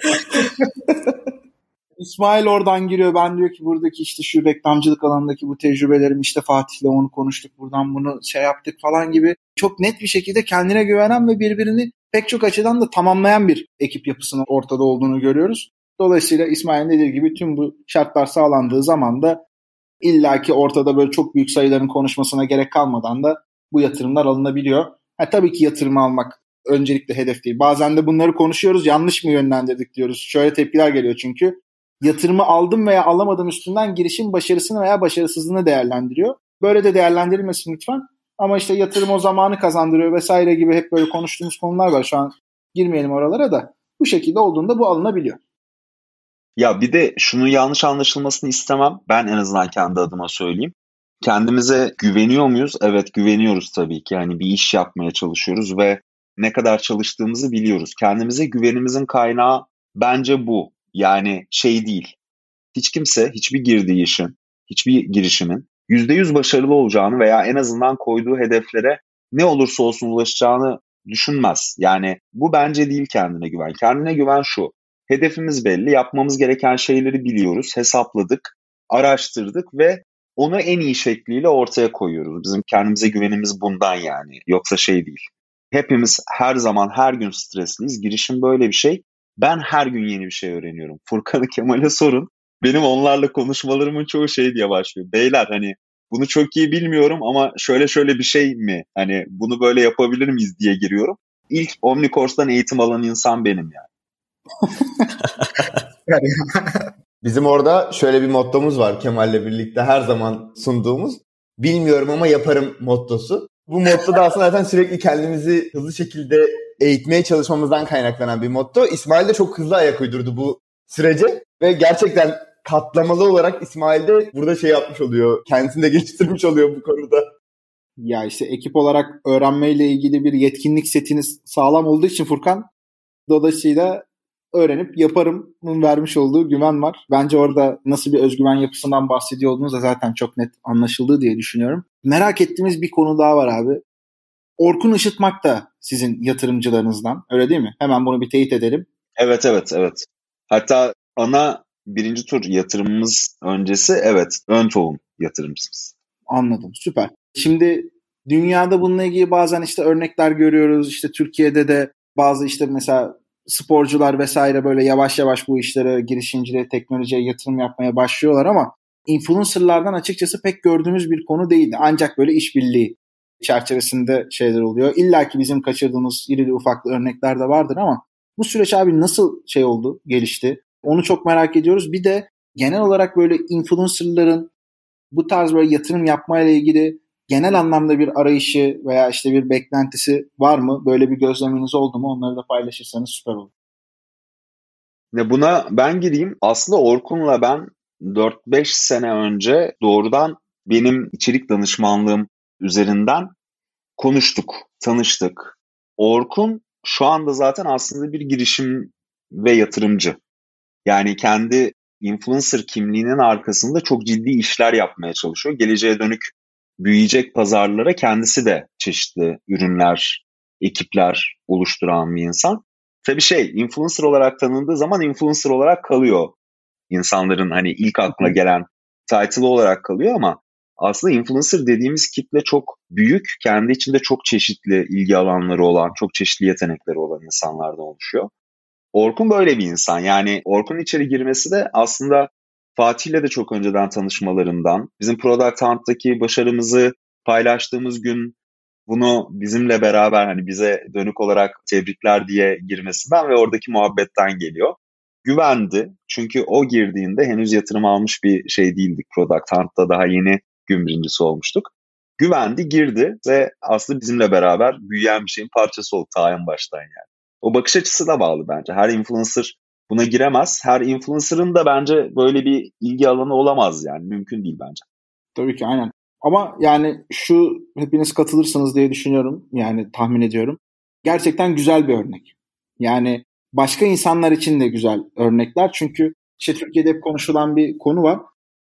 İsmail oradan giriyor. Ben diyor ki buradaki işte şu reklamcılık alanındaki bu tecrübelerim, işte Fatih'le onu konuştuk, buradan bunu yaptık falan gibi çok net bir şekilde kendine güvenen ve birbirini pek çok açıdan da tamamlayan bir ekip yapısının ortada olduğunu görüyoruz. Dolayısıyla İsmail'in dediği gibi tüm bu şartlar sağlandığı zaman da illaki ortada böyle çok büyük sayıların konuşmasına gerek kalmadan da bu yatırımlar alınabiliyor. Tabii ki yatırımı almak öncelikle hedef değil. Bazen de bunları konuşuyoruz, yanlış mı yönlendirdik diyoruz. Şöyle tepkiler geliyor çünkü. Yatırımı aldım veya alamadım üstünden girişim başarısını veya başarısızlığını değerlendiriyor. Böyle de değerlendirilmesin lütfen. Ama işte yatırım o zamanı kazandırıyor vesaire gibi hep böyle konuştuğumuz konular var. Şu an girmeyelim oralara da. Bu şekilde olduğunda bu alınabiliyor. Ya bir de şunun yanlış anlaşılmasını istemem. Ben en azından kendi adıma söyleyeyim. Kendimize güveniyor muyuz? Evet, güveniyoruz tabii ki. Yani bir iş yapmaya çalışıyoruz ve ne kadar çalıştığımızı biliyoruz. Kendimize güvenimizin kaynağı bence bu. Yani şey değil. Hiç kimse hiçbir girdiği işin, hiçbir girişimin %100 başarılı olacağını veya en azından koyduğu hedeflere ne olursa olsun ulaşacağını düşünmez. Yani bu bence değil kendine güven. Kendine güven şu. Hedefimiz belli, yapmamız gereken şeyleri biliyoruz, hesapladık, araştırdık ve onu en iyi şekliyle ortaya koyuyoruz. Bizim kendimize güvenimiz bundan yani. Yoksa şey değil. Hepimiz her zaman her gün stresliyiz. Girişim böyle bir şey. Ben her gün yeni bir şey öğreniyorum. Furkan'ı Kemal'e sorun. Benim onlarla konuşmalarımın çoğu şey diye başlıyor. Beyler hani bunu çok iyi bilmiyorum ama şöyle şöyle bir şey mi? Hani bunu böyle yapabilir miyiz diye giriyorum. İlk Omnicourse'dan eğitim alan insan benim yani. Bizim orada şöyle bir mottomuz var Kemal'le birlikte her zaman sunduğumuz. Bilmiyorum ama yaparım mottosu. Bu motto da aslında zaten sürekli kendimizi hızlı şekilde eğitmeye çalışmamızdan kaynaklanan bir motto. İsmail de çok hızlı ayak uydurdu bu sürece ve gerçekten katlamalı olarak İsmail de burada şey yapmış oluyor. Kendisini de geliştirmiş oluyor bu konuda. Ya işte ekip olarak öğrenmeyle ilgili bir yetkinlik setiniz sağlam olduğu için Furkan, dolayısıyla öğrenip yaparımın vermiş olduğu güven var. Bence orada nasıl bir özgüven yapısından bahsediyor olduğunuz da zaten çok net anlaşıldı diye düşünüyorum. Merak ettiğimiz bir konu daha var abi. Orkun Işıtmak da sizin yatırımcılarınızdan, öyle değil mi? Hemen bunu bir teyit edelim. Evet. Hatta ana birinci tur yatırımımız öncesi ön tohum yatırımcımız. Anladım, süper. Şimdi dünyada bununla ilgili bazen işte örnekler görüyoruz. İşte Türkiye'de de bazı işte mesela sporcular vesaire böyle yavaş yavaş bu işlere, girişimciliğe, teknolojiye yatırım yapmaya başlıyorlar ama influencerlardan açıkçası pek gördüğümüz bir konu değildi. Ancak böyle işbirliği çerçevesinde şeyler oluyor. İlla ki bizim kaçırdığımız irili ufaklı örnekler de vardır ama bu süreç abi nasıl şey oldu, gelişti? Onu çok merak ediyoruz. Bir de genel olarak böyle influencerların bu tarz böyle yatırım yapmayla ilgili genel anlamda bir arayışı veya işte bir beklentisi var mı? Böyle bir gözleminiz oldu mu? Onları da paylaşırsanız süper olur. Buna ben gireyim. Aslında Orkun'la ben 4-5 sene önce doğrudan benim içerik danışmanlığım üzerinden konuştuk, tanıştık. Orkun şu anda zaten aslında bir girişim ve yatırımcı. Yani kendi influencer kimliğinin arkasında çok ciddi işler yapmaya çalışıyor. Geleceğe dönük büyüyecek pazarlara kendisi de çeşitli ürünler, ekipler oluşturan bir insan. Tabii influencer olarak tanındığı zaman influencer olarak kalıyor. İnsanların hani ilk aklına gelen title olarak kalıyor ama aslında influencer dediğimiz kitle çok büyük, kendi içinde çok çeşitli ilgi alanları olan, çok çeşitli yetenekleri olan insanlardan oluşuyor. Orkun böyle bir insan. Yani Orkun'un içeri girmesi de aslında Fatih'le de çok önceden tanışmalarından, bizim Product Hunt'taki başarımızı paylaştığımız gün bunu bizimle beraber hani bize dönük olarak tebrikler diye girmesinden ve oradaki muhabbetten geliyor. Güvendi. Çünkü o girdiğinde henüz yatırım almış bir şey değildik. Product Hunt'ta daha yeni gün birincisi olmuştuk. Güvendi, girdi ve aslında bizimle beraber büyüyen bir şeyin parçası oldu ta en baştan yani. O bakış açısı da bağlı bence. Her influencer buna giremez. Her influencer'ın da bence böyle bir ilgi alanı olamaz yani. Mümkün değil bence. Tabii ki aynen. Ama yani şu hepiniz katılırsınız diye düşünüyorum. Yani tahmin ediyorum. Gerçekten güzel bir örnek. Yani başka insanlar için de güzel örnekler. Çünkü işte Türkiye'de hep konuşulan bir konu var.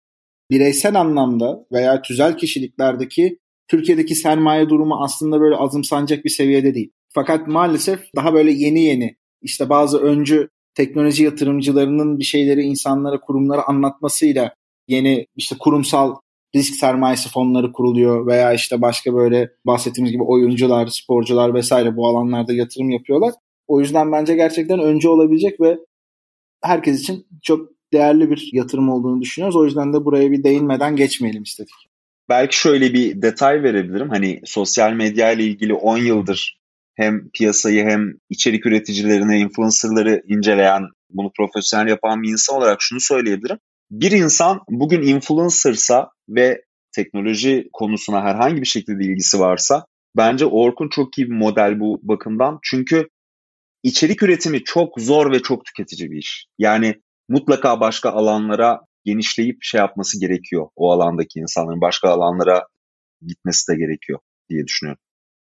Bireysel anlamda veya tüzel kişiliklerdeki Türkiye'deki sermaye durumu aslında böyle azımsanacak bir seviyede değil. Fakat maalesef daha böyle yeni işte bazı öncü teknoloji yatırımcılarının bir şeyleri insanlara, kurumlara anlatmasıyla yeni işte kurumsal risk sermayesi fonları kuruluyor veya işte başka böyle bahsettiğimiz gibi oyuncular, sporcular vesaire bu alanlarda yatırım yapıyorlar. O yüzden bence gerçekten öncü olabilecek ve herkes için çok değerli bir yatırım olduğunu düşünüyoruz. O yüzden de buraya bir değinmeden geçmeyelim istedik. Belki şöyle bir detay verebilirim. Hani sosyal medya ile ilgili 10 yıldır hem piyasayı hem içerik üreticilerini, influencerları inceleyen, bunu profesyonel yapan bir insan olarak şunu söyleyebilirim. Bir insan bugün influencersa ve teknoloji konusuna herhangi bir şekilde ilgisi varsa bence Orkun çok iyi bir model bu bakımdan. Çünkü içerik üretimi çok zor ve çok tüketici bir iş. Yani mutlaka başka alanlara genişleyip şey yapması gerekiyor. O alandaki insanların başka alanlara gitmesi de gerekiyor diye düşünüyorum.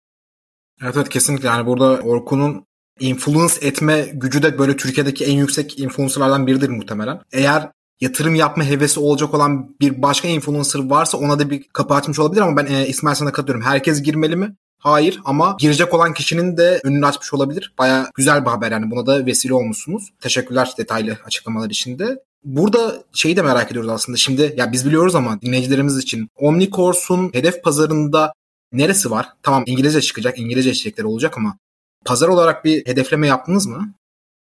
Evet kesinlikle. Yani burada Orkun'un influence etme gücü de böyle Türkiye'deki en yüksek influencerlardan biridir muhtemelen. Eğer yatırım yapma hevesi olacak olan bir başka influencer varsa ona da bir kapı açmış olabilir ama ben İsmail sana katılıyorum. Herkes girmeli mi? Hayır, ama girecek olan kişinin de önünü açmış olabilir. Baya güzel bir haber yani, buna da vesile olmuşsunuz. Teşekkürler detaylı açıklamalar için de. Burada şeyi de merak ediyoruz aslında. Şimdi ya biz biliyoruz ama dinleyicilerimiz için Omnicourse'un hedef pazarında neresi var? Tamam, İngilizce çıkacak, İngilizce içerikleri olacak ama pazar olarak bir hedefleme yaptınız mı?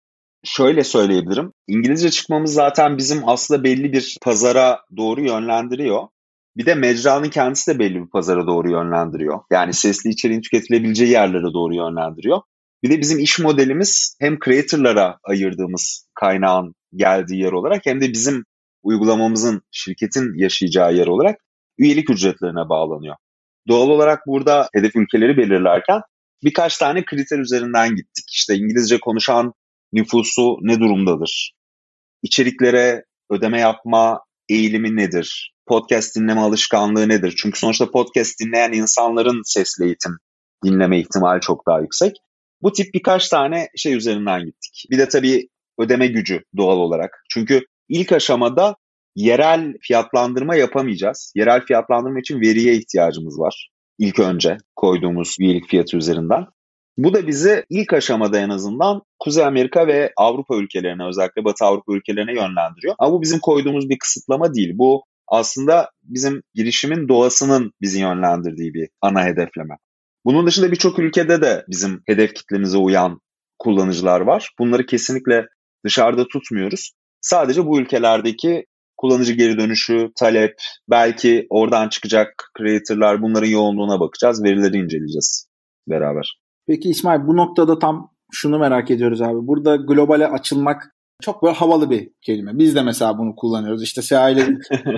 Şöyle söyleyebilirim. İngilizce çıkmamız zaten bizim aslında belli bir pazara doğru yönlendiriyor. Bir de mecranın kendisi de belli bir pazara doğru yönlendiriyor. Yani sesli içeriğin tüketilebileceği yerlere doğru yönlendiriyor. Bir de bizim iş modelimiz hem creator'lara ayırdığımız kaynağın geldiği yer olarak hem de bizim uygulamamızın, şirketin yaşayacağı yer olarak üyelik ücretlerine bağlanıyor. Doğal olarak burada hedef ülkeleri belirlerken birkaç tane kriter üzerinden gittik. İşte İngilizce konuşan nüfusu ne durumdadır? İçeriklere ödeme yapma eğilimi nedir? Podcast dinleme alışkanlığı nedir? Çünkü sonuçta podcast dinleyen insanların sesli eğitim dinleme ihtimali çok daha yüksek. Bu tip birkaç tane şey üzerinden gittik. Bir de tabii ödeme gücü doğal olarak. Çünkü ilk aşamada yerel fiyatlandırma yapamayacağız. Yerel fiyatlandırma için veriye ihtiyacımız var. İlk önce koyduğumuz üyelik fiyatı üzerinden. Bu da bizi ilk aşamada en azından Kuzey Amerika ve Avrupa ülkelerine, özellikle Batı Avrupa ülkelerine yönlendiriyor. Ama bu bizim koyduğumuz bir kısıtlama değil. Bu aslında bizim girişimin doğasının bizi yönlendirdiği bir ana hedefleme. Bunun dışında birçok ülkede de bizim hedef kitlemize uyan kullanıcılar var. Bunları kesinlikle dışarıda tutmuyoruz. Sadece bu ülkelerdeki kullanıcı geri dönüşü, talep, belki oradan çıkacak creator'lar, bunların yoğunluğuna bakacağız, verileri inceleyeceğiz beraber. Peki İsmail, bu noktada tam şunu merak ediyoruz abi. Burada globale açılmak çok böyle havalı bir kelime. Biz de mesela bunu kullanıyoruz. İşte Seha ile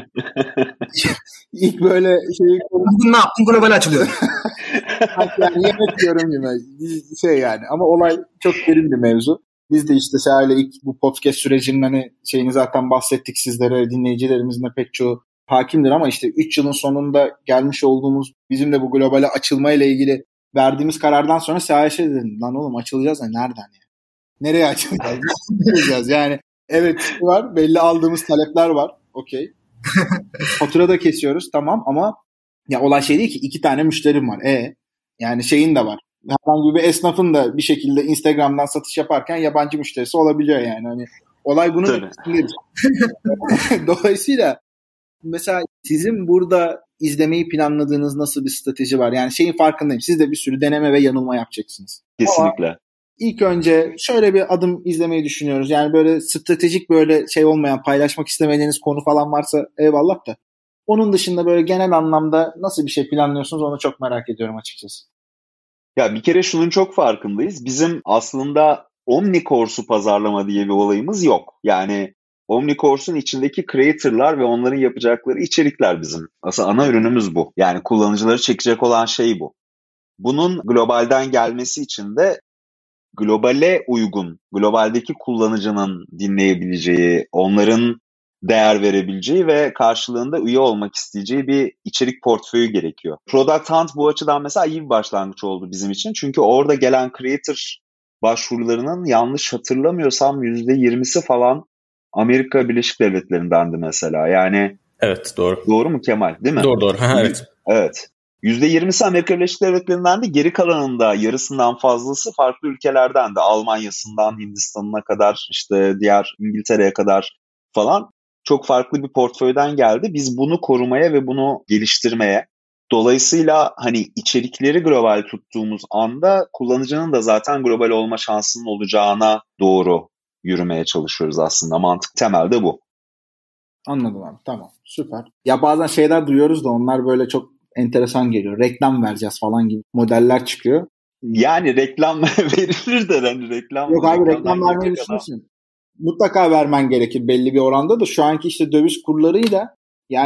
ilk böyle şeyi... Bugün ne yaptın? Globale açılıyor. Yani yemek yiyorum gibi şey yani. Ama olay çok derin bir mevzu. Biz de işte Seha ile ilk bu podcast sürecinin hani şeyini zaten bahsettik sizlere. Dinleyicilerimizin de pek çoğu hakimdir ama işte 3 yılın sonunda gelmiş olduğumuz bizim de bu globale açılmayla ilgili verdiğimiz karardan sonra Seha'ya şey dedim. Lan oğlum açılacağız da nereden ya? Nereye açılacağız? Yani evet var. Belli aldığımız talepler var. Okey. Fatura da kesiyoruz. Tamam ama ya olay şey değil ki 2 tane müşterim var. Yani şeyin de var. Herhangi bir esnafın da bir şekilde Instagram'dan satış yaparken yabancı müşterisi olabiliyor yani. Hani olay bunun içindedir. Dolayısıyla mesela sizin burada izlemeyi planladığınız nasıl bir strateji var? Yani şeyin farkındayım. Siz de bir sürü deneme ve yanılma yapacaksınız. Kesinlikle. Ama İlk önce şöyle bir adım izlemeyi düşünüyoruz. Yani böyle stratejik, böyle şey olmayan, paylaşmak istemediğiniz konu falan varsa eyvallah da. Onun dışında böyle genel anlamda nasıl bir şey planlıyorsunuz, onu çok merak ediyorum açıkçası. Ya bir kere şunun çok farkındayız. Bizim aslında Omnicourse'u pazarlama diye bir olayımız yok. Yani Omnicourse'un içindeki creator'lar ve onların yapacakları içerikler bizim. Aslında ana ürünümüz bu. Yani kullanıcıları çekecek olan şey bu. Bunun globalden gelmesi için de globale uygun, globaldeki kullanıcının dinleyebileceği, onların değer verebileceği ve karşılığında üye olmak isteyeceği bir içerik portföyü gerekiyor. Product Hunt bu açıdan mesela iyi bir başlangıç oldu bizim için. Çünkü orada gelen creator başvurularının yanlış hatırlamıyorsam %20'si falan Amerika Birleşik Devletleri'ndendi mesela. Yani evet, doğru. Doğru mu Kemal? Değil mi? Doğru. Evet. Evet. %20'si Amerika Birleşik Devletleri'nden de, geri kalanında yarısından fazlası farklı ülkelerden de, Almanya'sından Hindistan'ına kadar, işte diğer İngiltere'ye kadar falan çok farklı bir portföyden geldi. Biz bunu korumaya ve bunu geliştirmeye, dolayısıyla hani içerikleri global tuttuğumuz anda kullanıcının da zaten global olma şansının olacağına doğru yürümeye çalışıyoruz aslında. Mantık temelde bu. Anladım abi, tamam, süper. Ya bazen şeyler duyuyoruz da onlar böyle çok enteresan geliyor. Reklam vereceğiz falan gibi modeller çıkıyor. Yani reklam verilir de hani reklam. Yok abi, reklam vermeyi düşünürsün. Mutlaka vermen gerekir belli bir oranda da, şu anki işte döviz kurlarıyla yani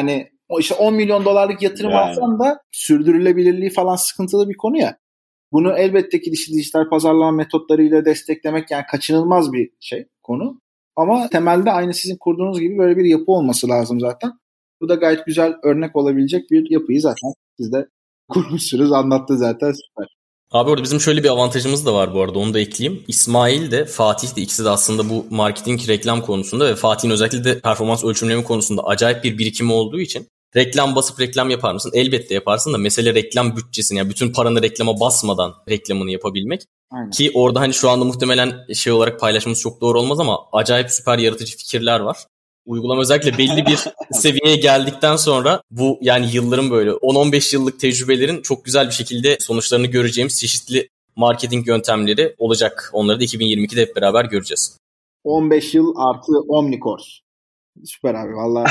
O işte 10 milyon dolarlık yatırım alsan da sürdürülebilirliği falan sıkıntılı bir konu ya. Bunu elbette ki dijital pazarlama metotlarıyla desteklemek yani kaçınılmaz bir konu. Ama temelde aynı sizin kurduğunuz gibi böyle bir yapı olması lazım zaten. Bu da gayet güzel örnek olabilecek bir yapıyı zaten siz de kurmuşsunuz, anlattı zaten, süper. Abi orada bizim şöyle bir avantajımız da var bu arada, onu da ekleyeyim. İsmail de Fatih de ikisi de aslında bu marketing reklam konusunda ve Fatih'in özellikle de performans ölçümleme konusunda acayip bir birikimi olduğu için reklam basıp reklam yapar mısın? Elbette yaparsın da mesele reklam bütçesini, yani bütün paranı reklama basmadan reklamını yapabilmek. Aynen. Ki orada hani şu anda muhtemelen olarak paylaşmamız çok doğru olmaz ama acayip süper yaratıcı fikirler var. Uygulama özellikle belli bir seviyeye geldikten sonra bu yani yılların böyle 10-15 yıllık tecrübelerin çok güzel bir şekilde sonuçlarını göreceğimiz çeşitli marketing yöntemleri olacak. Onları da 2022'de hep beraber göreceğiz. 15 yıl artı Omnicourse. Süper abi vallahi.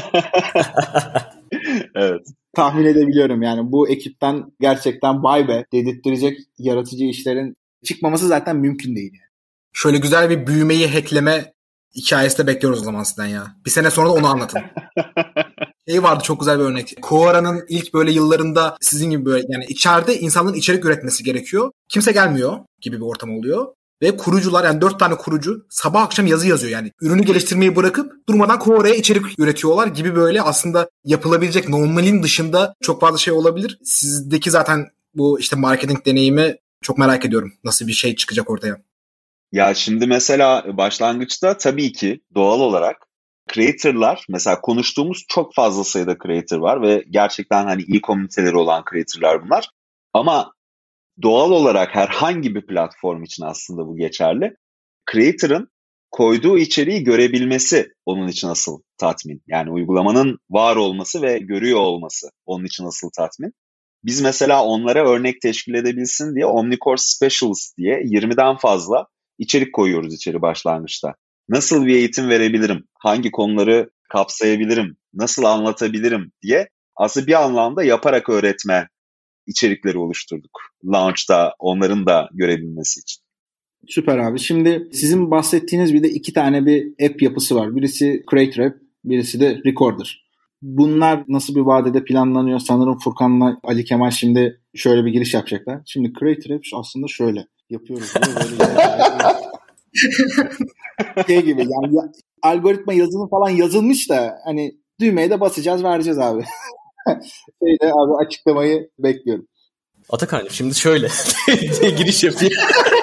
Evet. Tahmin edebiliyorum yani bu ekipten gerçekten vay be dedirttirecek yaratıcı işlerin çıkmaması zaten mümkün değil yani. Şöyle güzel bir büyümeyi hackleme hikayesi de bekliyoruz o zaman sizden ya. Bir sene sonra da onu anlatın. Vardı çok güzel bir örnek. Quora'nın ilk böyle yıllarında sizin gibi böyle yani içeride insanların içerik üretmesi gerekiyor. Kimse gelmiyor gibi bir ortam oluyor. Ve kurucular yani 4 tane kurucu sabah akşam yazı yazıyor yani. Ürünü geliştirmeyi bırakıp durmadan Quora'ya içerik üretiyorlar gibi böyle aslında yapılabilecek normalin dışında çok fazla olabilir. Sizdeki zaten bu işte marketing deneyimi çok merak ediyorum. Nasıl bir şey çıkacak ortaya? Ya şimdi mesela başlangıçta tabii ki doğal olarak creator'lar, mesela konuştuğumuz çok fazla sayıda creator var ve gerçekten hani iyi komüniteleri olan creator'lar bunlar. Ama doğal olarak herhangi bir platform için aslında bu geçerli. Creator'ın koyduğu içeriği görebilmesi onun için asıl tatmin. Yani uygulamanın var olması ve görüyor olması onun için asıl tatmin. Biz mesela onlara örnek teşkil edebilsin diye Omnicourse Specials diye 20'den fazla içerik koyuyoruz içeri başlangıçta. Nasıl bir eğitim verebilirim? Hangi konuları kapsayabilirim? Nasıl anlatabilirim diye aslında bir anlamda yaparak öğretme içerikleri oluşturduk. Launch'ta onların da görebilmesi için. Süper abi. Şimdi sizin bahsettiğiniz bir de 2 tane bir app yapısı var. Birisi Creator App, birisi de Recorder. Bunlar nasıl bir vadede planlanıyor? Sanırım Furkan'la Ali Kemal şimdi şöyle bir giriş yapacaklar. Şimdi Creator App aslında şöyle yapıyoruz. Böyle gibi yani algoritma yazılımı falan yazılmış da hani düğmeye de basacağız, vereceğiz abi. Abi açıklamayı bekliyorum. Atakan şimdi şöyle giriş yapayım.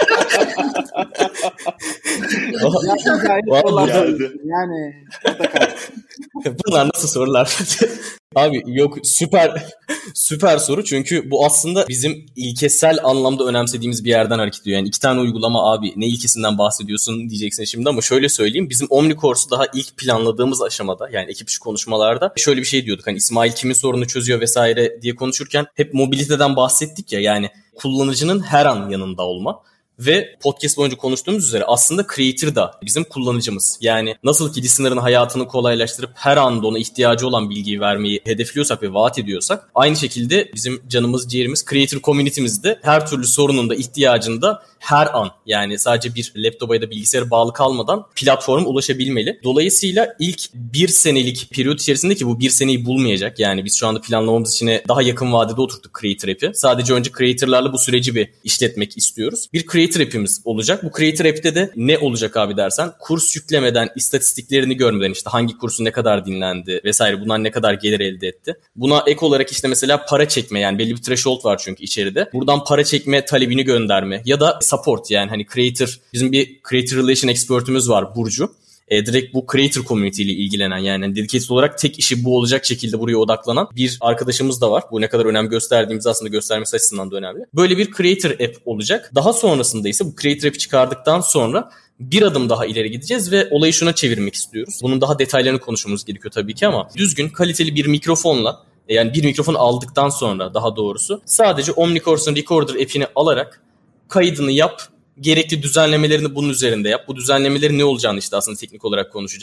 Yani Atakan. Bunlar nasıl sorular? Abi yok, süper soru, çünkü bu aslında bizim ilkesel anlamda önemsediğimiz bir yerden hareket ediyor. Yani 2 tane uygulama abi ne ilkesinden bahsediyorsun diyeceksin şimdi ama şöyle söyleyeyim. Bizim Omnicourse'u daha ilk planladığımız aşamada, yani ekip içi konuşmalarda şöyle bir şey diyorduk. Hani İsmail kimin sorunu çözüyor vesaire diye konuşurken hep mobiliteden bahsettik ya, yani kullanıcının her an yanında olma. Ve podcast boyunca konuştuğumuz üzere aslında creator da bizim kullanıcımız. Yani nasıl ki listener'ın hayatını kolaylaştırıp her anda ona ihtiyacı olan bilgiyi vermeyi hedefliyorsak ve vaat ediyorsak, aynı şekilde bizim canımız ciğerimiz creator community'mizde her türlü sorunun da ihtiyacını da her an, yani sadece bir laptopa ya da bilgisayara bağlı kalmadan platforma ulaşabilmeli. Dolayısıyla ilk 1 senelik periyot içerisinde, ki bu 1 seneyi bulmayacak, yani biz şu anda planlamamız içine daha yakın vadede oturttuk Creator App'i. Sadece önce creator'larla bu süreci bir işletmek istiyoruz. Bir Creator App'imiz olacak. Bu Creator App'te de ne olacak abi dersen, kurs yüklemeden, istatistiklerini görmeden, işte hangi kursu ne kadar dinlendi vesaire, bundan ne kadar gelir elde etti. Buna ek olarak işte mesela para çekme, yani belli bir threshold var çünkü içeride. Buradan para çekme talebini gönderme ya da support, yani hani creator, bizim bir creator relation expert'ümüz var, Burcu. Direkt bu creator community ile ilgilenen, yani dedicated olarak tek işi bu olacak şekilde buraya odaklanan bir arkadaşımız da var. Bu ne kadar önem gösterdiğimiz aslında göstermesi açısından da önemli. Böyle bir creator app olacak. Daha sonrasında ise bu creator app'i çıkardıktan sonra bir adım daha ileri gideceğiz ve olayı şuna çevirmek istiyoruz. Bunun daha detaylarını konuşmamız gerekiyor tabii ki ama düzgün, kaliteli bir mikrofonla, yani bir mikrofon aldıktan sonra daha doğrusu sadece Omnicourse'un Recorder app'ini alarak kaydını yap, gerekli düzenlemelerini bunun üzerinde yap. Bu düzenlemelerin ne olacağını işte aslında teknik olarak konuşacağız.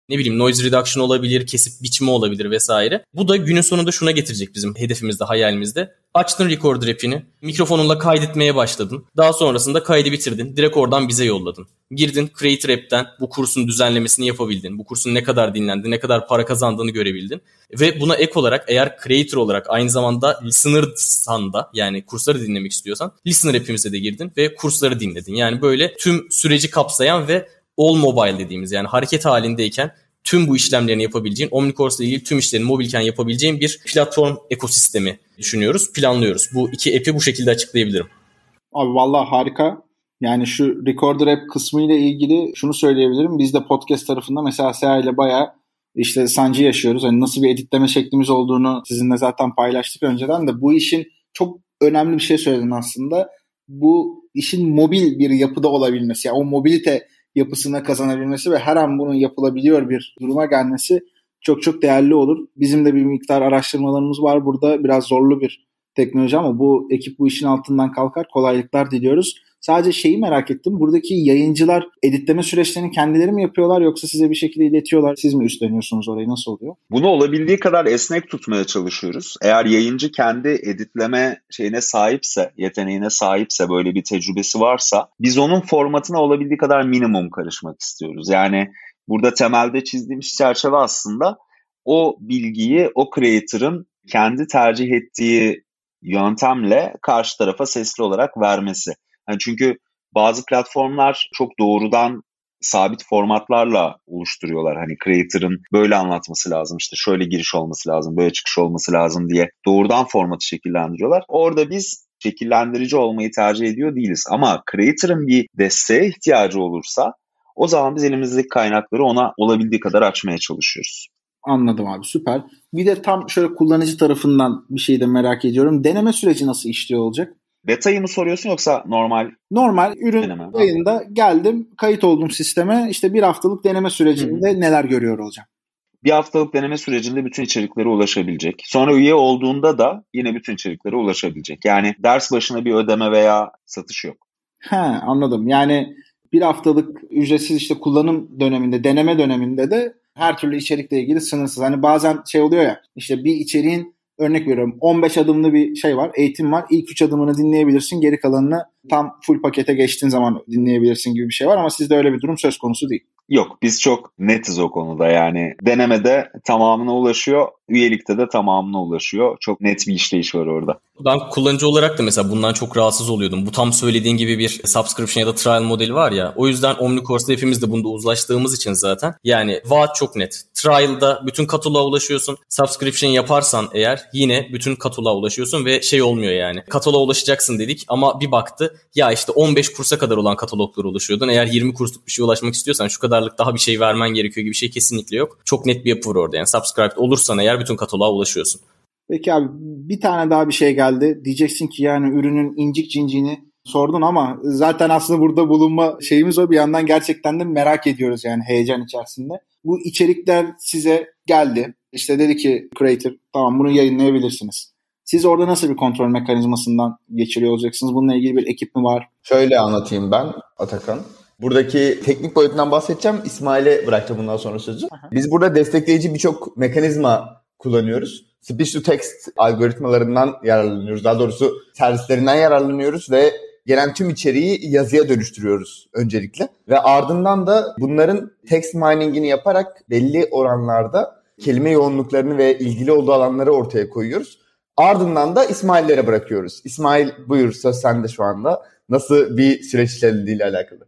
ne bileyim noise reduction olabilir, kesip biçimi olabilir vesaire. Bu da günün sonunda şuna getirecek bizim hedefimizde, hayalimizde. Açtın Recorder app'ini, mikrofonunla kaydetmeye başladın. Daha sonrasında kaydı bitirdin. Direkt oradan bize yolladın. Girdin Creator app'ten bu kursun düzenlemesini yapabildin. Bu kursun ne kadar dinlendi, ne kadar para kazandığını görebildin. Ve buna ek olarak eğer Creator olarak aynı zamanda listener'san da, yani kursları dinlemek istiyorsan, Listener app'imize de girdin ve kursları dinledin. Yani böyle tüm süreci kapsayan ve all mobile dediğimiz, yani hareket halindeyken tüm bu işlemlerini yapabileceğin, OmniCourse ile ilgili tüm işlerini mobilken yapabileceğin bir platform ekosistemi düşünüyoruz, planlıyoruz. Bu iki app'i bu şekilde açıklayabilirim. Abi vallahi harika. Yani şu Recorder App kısmı ile ilgili şunu söyleyebilirim. Biz de podcast tarafında mesela Seha ile bayağı işte sancı yaşıyoruz. Hani nasıl bir editleme şeklimiz olduğunu sizinle zaten paylaştık önceden de. Bu işin çok önemli bir şey söyledin aslında. Bu işin mobil bir yapıda olabilmesi, yani o mobilite yapısına kazanabilmesi ve her an bunun yapılabiliyor bir duruma gelmesi çok çok değerli olur. Bizim de bir miktar araştırmalarımız var burada. Biraz zorlu bir teknoloji ama bu ekip bu işin altından kalkar. Kolaylıklar diliyoruz. Sadece şeyi merak ettim. Buradaki yayıncılar editleme süreçlerini kendileri mi yapıyorlar yoksa size bir şekilde iletiyorlar? Siz mi üstleniyorsunuz orayı? Nasıl oluyor? Bunu olabildiği kadar esnek tutmaya çalışıyoruz. Eğer yayıncı kendi editleme şeyine sahipse, yeteneğine sahipse, böyle bir tecrübesi varsa biz onun formatına olabildiği kadar minimum karışmak istiyoruz. Yani burada temelde çizdiğimiz çerçeve aslında o bilgiyi o creator'ın kendi tercih ettiği yöntemle karşı tarafa sesli olarak vermesi. Yani çünkü bazı platformlar çok doğrudan sabit formatlarla oluşturuyorlar. Hani creator'ın böyle anlatması lazım, işte şöyle giriş olması lazım, böyle çıkış olması lazım diye doğrudan formatı şekillendiriyorlar. Orada biz şekillendirici olmayı tercih ediyor değiliz. Ama creator'ın bir desteğe ihtiyacı olursa o zaman biz elimizdeki kaynakları ona olabildiği kadar açmaya çalışıyoruz. Anladım abi, süper. Bir de tam şöyle kullanıcı tarafından bir şey de merak ediyorum. Deneme süreci nasıl işliyor olacak? Beta'yı mı soruyorsun yoksa normal? Normal ürün deneme yayında geldim, kayıt oldum sisteme. İşte bir haftalık deneme sürecinde neler görüyor olacağım? Bir haftalık deneme sürecinde bütün içeriklere ulaşabilecek. Sonra üye olduğunda da yine bütün içeriklere ulaşabilecek. Yani ders başına bir ödeme veya satış yok. Anladım. Yani bir haftalık ücretsiz işte kullanım döneminde, deneme döneminde de her türlü içerikle ilgili sınırsız. Hani bazen şey oluyor ya, işte bir içeriğin, örnek veriyorum, 15 adımlı bir şey var, eğitim var. İlk 3 adımını dinleyebilirsin, geri kalanını tam full pakete geçtiğin zaman dinleyebilirsin gibi bir şey var ama sizde öyle bir durum söz konusu değil. Yok, biz çok netiz o konuda. Yani denemede tamamına ulaşıyor, üyelikte de tamamına ulaşıyor. Çok net bir işleyiş var orada. Ben kullanıcı olarak da mesela bundan çok rahatsız oluyordum. Bu tam söylediğin gibi bir subscription ya da trial modeli var ya. O yüzden OmniCourse'da hepimiz de bunda uzlaştığımız için zaten. Yani vaat çok net. Trial'da bütün kataloğa ulaşıyorsun. Subscription yaparsan eğer yine bütün kataloğa ulaşıyorsun ve şey olmuyor yani. Kataloğa ulaşacaksın dedik ama bir baktı ya işte 15 kursa kadar olan kataloglara ulaşıyordun. Eğer 20 kursluk bir şeye ulaşmak istiyorsan şu kadarlık daha bir şey vermen gerekiyor gibi bir şey kesinlikle yok. Çok net bir yapı var orada yani. Subscribed olursan eğer bütün kataloğa ulaşıyorsun. Peki abi, bir tane daha bir şey geldi. Diyeceksin ki yani ürünün incik cinciğini sordun ama zaten aslında burada bulunma şeyimiz o. Bir yandan gerçekten de merak ediyoruz yani, heyecan içerisinde. Bu içerikler size geldi. İşte dedi ki creator, tamam bunu yayınlayabilirsiniz. Siz orada nasıl bir kontrol mekanizmasından geçiriyor olacaksınız? Bununla ilgili bir ekip mi var? Şöyle anlatayım ben Atakan. Buradaki teknik boyutundan bahsedeceğim. İsmail'e bırakacağım bundan sonra sözü. Biz burada destekleyici birçok mekanizma kullanıyoruz. Speech to text algoritmalarından yararlanıyoruz. Daha doğrusu servislerinden yararlanıyoruz ve gelen tüm içeriği yazıya dönüştürüyoruz öncelikle. Ve ardından da bunların text miningini yaparak belli oranlarda kelime yoğunluklarını ve ilgili olduğu alanları ortaya koyuyoruz. Ardından da İsmail'lere bırakıyoruz. İsmail, buyur, söz sende şu anda. Nasıl bir süreç işlediğiyle alakalı?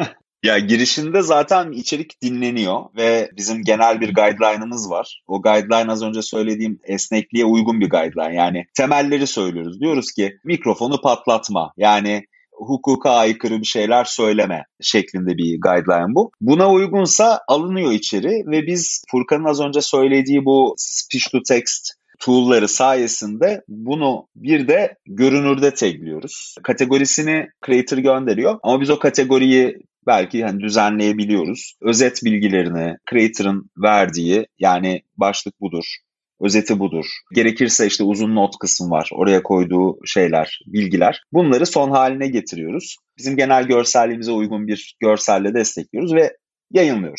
Ya girişinde zaten içerik dinleniyor ve bizim genel bir guideline'ımız var. O guideline az önce söylediğim esnekliğe uygun bir guideline. Yani temelleri söylüyoruz. Diyoruz ki mikrofonu patlatma. Yani hukuka aykırı bir şeyler söyleme şeklinde bir guideline bu. Buna uygunsa alınıyor içeri ve biz Furkan'ın az önce söylediği bu speech to text tool'ları sayesinde bunu bir de görünürde tagliyoruz. Kategorisini creator gönderiyor ama biz o kategoriyi belki hani düzenleyebiliyoruz. Özet bilgilerini creator'ın verdiği, yani başlık budur, özeti budur. Gerekirse işte uzun not kısmı var. Oraya koyduğu şeyler, bilgiler. Bunları son haline getiriyoruz. Bizim genel görselliğimize uygun bir görselle destekliyoruz ve yayınlıyoruz.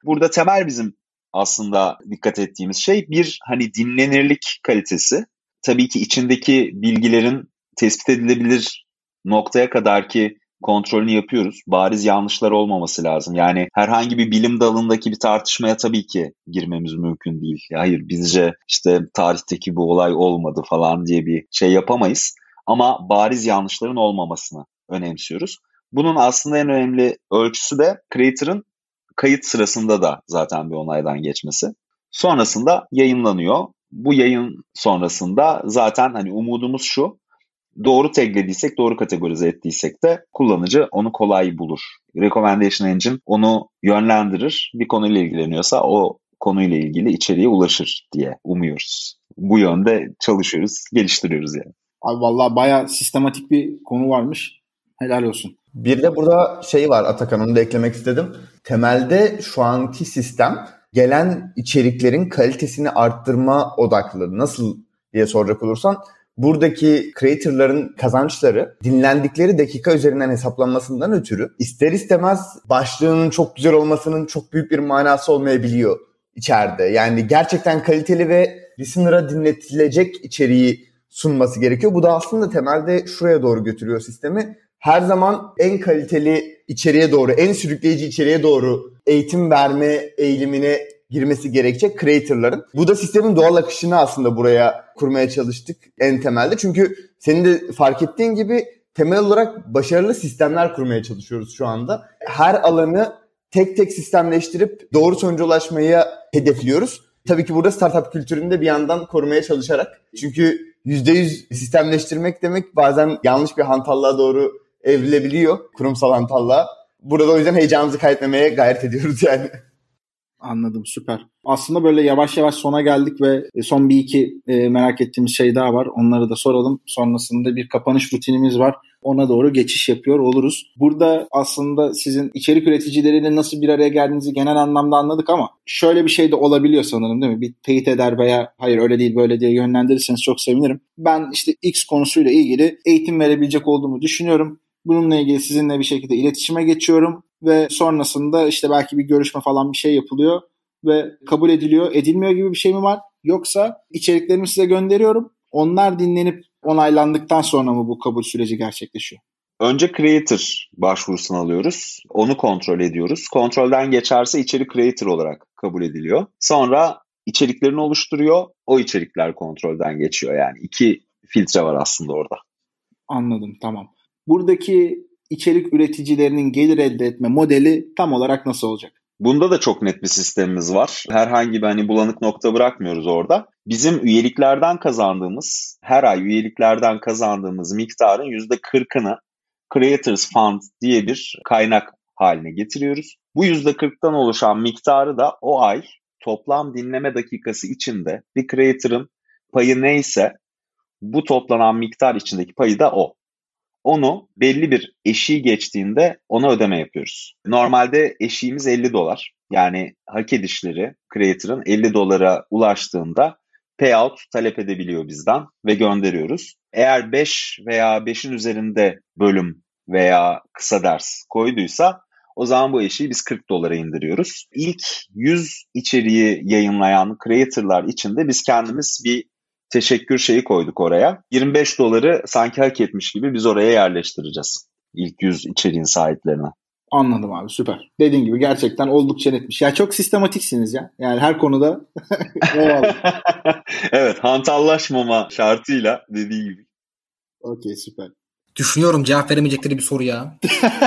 Burada temel bizim aslında dikkat ettiğimiz şey bir hani dinlenirlik kalitesi. Tabii ki içindeki bilgilerin tespit edilebilir noktaya kadar ki kontrolünü yapıyoruz. Bariz yanlışlar olmaması lazım. Yani herhangi bir bilim dalındaki bir tartışmaya tabii ki girmemiz mümkün değil. Hayır bizce işte tarihteki bu olay olmadı falan diye bir şey yapamayız. Ama bariz yanlışların olmamasını önemsiyoruz. Bunun aslında en önemli ölçüsü de creator'ın kayıt sırasında da zaten bir onaydan geçmesi. Sonrasında yayınlanıyor. Bu yayın sonrasında zaten hani umudumuz şu. Doğru taglediysek, doğru kategorize ettiysek de kullanıcı onu kolay bulur. Recommendation Engine onu yönlendirir. Bir konuyla ilgileniyorsa o konuyla ilgili içeriğe ulaşır diye umuyoruz. Bu yönde çalışıyoruz, geliştiriyoruz yani. Abi vallahi bayağı sistematik bir konu varmış. Helal olsun. Bir de burada şey var Atakan, onu da eklemek istedim. Temelde şu anki sistem gelen içeriklerin kalitesini arttırma odaklı. Nasıl diye soracak olursan buradaki creator'ların kazançları dinlendikleri dakika üzerinden hesaplanmasından ötürü ister istemez başlığının çok güzel olmasının çok büyük bir manası olmayabiliyor içeride. Yani gerçekten kaliteli ve listener'a dinletilecek içeriği sunması gerekiyor. Bu da aslında temelde şuraya doğru götürüyor sistemi. Her zaman en kaliteli içeriğe doğru, en sürükleyici içeriğe doğru eğitim verme eğilimine girmesi gerekecek creator'ların. Bu da sistemin doğal akışını aslında buraya kurmaya çalıştık en temelde. Çünkü senin de fark ettiğin gibi temel olarak başarılı sistemler kurmaya çalışıyoruz şu anda. Her alanı tek tek sistemleştirip doğru sonuca ulaşmayı hedefliyoruz. Tabii ki burada startup kültürünü de bir yandan korumaya çalışarak. Çünkü %100 sistemleştirmek demek bazen yanlış bir hantallığa doğru evrilebiliyor. Kurumsal hantallığa. Burada o yüzden heyecanımızı kaybetmemeye gayret ediyoruz yani. Anladım, süper. Aslında böyle yavaş yavaş sona geldik ve son bir iki merak ettiğimiz şey daha var. Onları da soralım. Sonrasında bir kapanış rutinimiz var. Ona doğru geçiş yapıyor oluruz. Burada aslında sizin içerik üreticileriyle nasıl bir araya geldiğinizi genel anlamda anladık ama şöyle bir şey de olabiliyor sanırım, değil mi? Bir teyit eder veya hayır öyle değil böyle diye yönlendirirseniz çok sevinirim. Ben işte X konusuyla ilgili eğitim verebilecek olduğumu düşünüyorum. Bununla ilgili sizinle bir şekilde iletişime geçiyorum ve sonrasında işte belki bir görüşme falan bir şey yapılıyor ve kabul ediliyor, edilmiyor gibi bir şey mi var? Yoksa içeriklerimi size gönderiyorum, onlar dinlenip onaylandıktan sonra mı bu kabul süreci gerçekleşiyor? Önce creator başvurusunu alıyoruz. Onu kontrol ediyoruz. Kontrolden geçerse içerik creator olarak kabul ediliyor. Sonra içeriklerini oluşturuyor. O içerikler kontrolden geçiyor yani. 2 filtre var aslında orada. Anladım, tamam. Buradaki içerik üreticilerinin gelir elde etme modeli tam olarak nasıl olacak? Bunda da çok net bir sistemimiz var. Herhangi bir hani bulanık nokta bırakmıyoruz orada. Bizim üyeliklerden kazandığımız, her ay üyeliklerden kazandığımız miktarın %40'ını Creators Fund diye bir kaynak haline getiriyoruz. Bu %40'tan oluşan miktarı da o ay toplam dinleme dakikası içinde bir creator'ın payı neyse bu toplanan miktar içindeki payı da o. Onu belli bir eşiği geçtiğinde ona ödeme yapıyoruz. Normalde eşiğimiz $50. Yani hak edişleri creator'ın $50 ulaştığında payout talep edebiliyor bizden ve gönderiyoruz. Eğer 5 veya 5'in üzerinde bölüm veya kısa ders koyduysa o zaman bu eşiği biz $40 indiriyoruz. İlk 100 içeriği yayınlayan creator'lar için de biz kendimiz bir teşekkür şeyi koyduk oraya. $25 sanki hak etmiş gibi biz oraya yerleştireceğiz. İlk 100 içeriğin sahiplerine. Anladım abi, süper. Dediğin gibi gerçekten oldukça netmiş. Ya çok sistematiksiniz ya. Yani her konuda. Evet, hantallaşmama şartıyla dediği gibi. Okey, süper. Düşünüyorum cevap veremeyecekleri bir soru ya.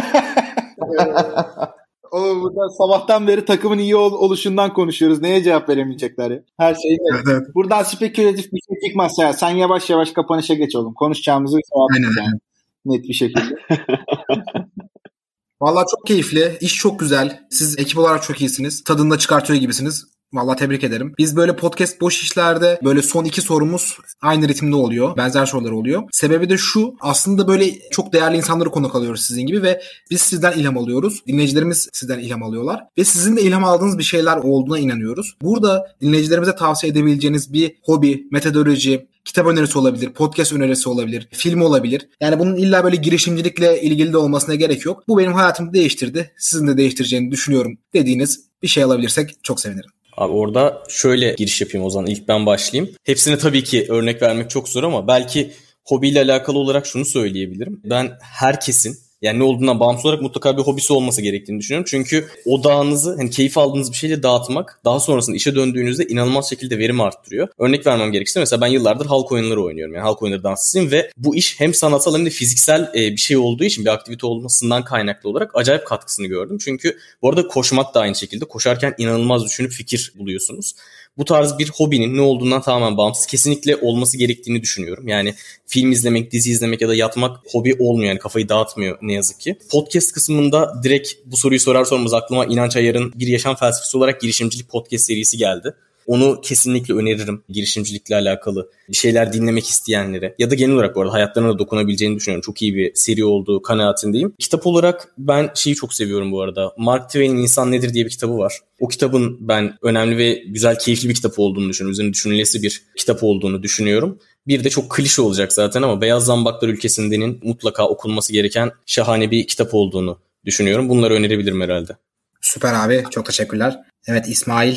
Oğlum burada sabahtan beri takımın iyi oluşundan konuşuyoruz. Neye cevap veremeyecekler ya? Her şeyi Evet. Buradan spekülatif bir şey çıkmazsa ya. Sen yavaş yavaş kapanışa geç oğlum. Konuşacağımızı Aynen. yani. Net bir şekilde. Vallahi çok keyifli. İş çok güzel. Siz ekip olarak çok iyisiniz. Tadında çıkartıyor gibisiniz. Vallahi tebrik ederim. Biz böyle podcast boş işlerde böyle son 2 sorumuz aynı ritimde oluyor. Benzer sorular oluyor. Sebebi de şu. Aslında böyle çok değerli insanları konuk alıyoruz sizin gibi ve biz sizden ilham alıyoruz. Dinleyicilerimiz sizden ilham alıyorlar. Ve sizin de ilham aldığınız bir şeyler olduğuna inanıyoruz. Burada dinleyicilerimize tavsiye edebileceğiniz bir hobi, metodoloji, kitap önerisi olabilir, podcast önerisi olabilir, film olabilir. Yani bunun illa böyle girişimcilikle ilgili de olmasına gerek yok. Bu benim hayatımı değiştirdi. Sizin de değiştireceğini düşünüyorum dediğiniz bir şey alabilirsek çok sevinirim. Abi orada şöyle giriş yapayım o zaman. İlk ben başlayayım. Hepsine tabii ki örnek vermek çok zor ama belki hobiyle alakalı olarak şunu söyleyebilirim. Ben herkesin yani ne olduğundan bağımsız olarak mutlaka bir hobisi olması gerektiğini düşünüyorum. Çünkü odağınızı hani keyif aldığınız bir şeyle dağıtmak daha sonrasında işe döndüğünüzde inanılmaz şekilde verim arttırıyor. Örnek vermem gerekirse mesela ben yıllardır halk oyunları oynuyorum. Yani halk oyunları dansçısıyım ve bu iş hem sanatsal hem de fiziksel bir şey olduğu için bir aktivite olmasından kaynaklı olarak acayip katkısını gördüm. Çünkü bu arada koşmak da aynı şekilde. Koşarken inanılmaz düşünüp fikir buluyorsunuz. Bu tarz bir hobinin ne olduğundan tamamen bağımsız kesinlikle olması gerektiğini düşünüyorum. Yani film izlemek, dizi izlemek ya da yatmak hobi olmuyor yani kafayı dağıtmıyor ne yazık ki. Podcast kısmında direkt bu soruyu sorar sormaz aklıma İnanç Ayar'ın bir yaşam felsefesi olarak girişimcilik podcast serisi geldi. Onu kesinlikle öneririm girişimcilikle alakalı bir şeyler dinlemek isteyenlere ya da genel olarak bu arada hayatlarına da dokunabileceğini düşünüyorum. Çok iyi bir seri olduğu kanaatindeyim. Kitap olarak ben şeyi çok seviyorum bu arada. Mark Twain'in İnsan Nedir diye bir kitabı var. O kitabın ben önemli ve güzel, keyifli bir kitap olduğunu düşünüyorum. Üzerine düşünülesi bir kitap olduğunu düşünüyorum. Bir de çok klişe olacak zaten ama Beyaz Zambaklar Ülkesinde'nin mutlaka okunması gereken şahane bir kitap olduğunu düşünüyorum. Bunları önerebilirim herhalde. Süper abi. Çok teşekkürler. Evet İsmail.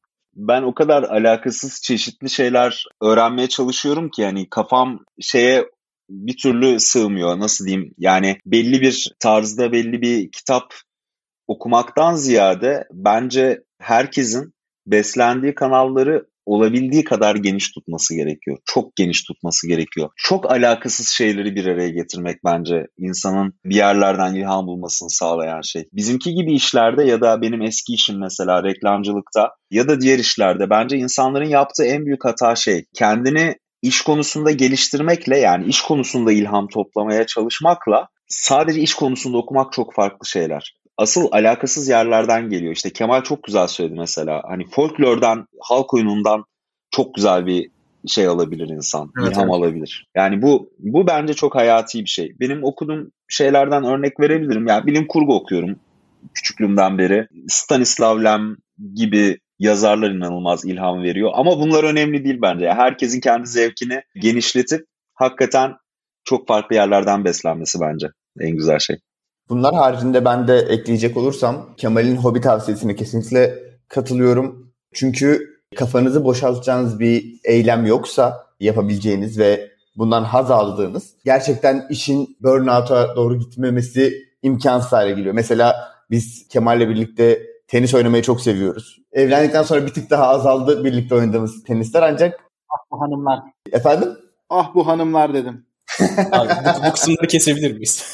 Ben o kadar alakasız çeşitli şeyler öğrenmeye çalışıyorum ki yani kafam şeye bir türlü sığmıyor. Nasıl diyeyim? Yani belli bir tarzda belli bir kitap okumaktan ziyade bence herkesin beslendiği kanalları olabildiği kadar geniş tutması gerekiyor. Çok geniş tutması gerekiyor. Çok alakasız şeyleri bir araya getirmek bence insanın bir yerlerden ilham bulmasını sağlayan şey. Bizimki gibi işlerde ya da benim eski işim mesela reklamcılıkta ya da diğer işlerde bence insanların yaptığı en büyük hata kendini iş konusunda geliştirmekle yani iş konusunda ilham toplamaya çalışmakla sadece iş konusunda okumak çok farklı şeyler. Asıl alakasız yerlerden geliyor. İşte Kemal çok güzel söyledi mesela. Hani folklordan, halk oyunundan çok güzel bir şey alabilir insan. Evet, ilham evet. alabilir. Yani bu bence çok hayati bir şey. Benim okuduğum şeylerden örnek verebilirim. Yani bilim kurgu okuyorum küçüklüğümden beri. Stanislav Lem gibi yazarlar inanılmaz ilham veriyor. Ama bunlar önemli değil bence. Yani herkesin kendi zevkini genişletip hakikaten çok farklı yerlerden beslenmesi bence en güzel şey. Bunlar haricinde ben de ekleyecek olursam Kemal'in hobi tavsiyesine kesinlikle katılıyorum. Çünkü kafanızı boşaltacağınız bir eylem yoksa yapabileceğiniz ve bundan haz aldığınız gerçekten işin burnout'a doğru gitmemesi imkansız hale geliyor. Mesela biz Kemal'le birlikte tenis oynamayı çok seviyoruz. Evlendikten sonra bir tık daha azaldı birlikte oynadığımız tenisler ancak... Ah bu hanımlar. Efendim? Ah bu hanımlar dedim. Abi bu kısımları kesebilir miyiz?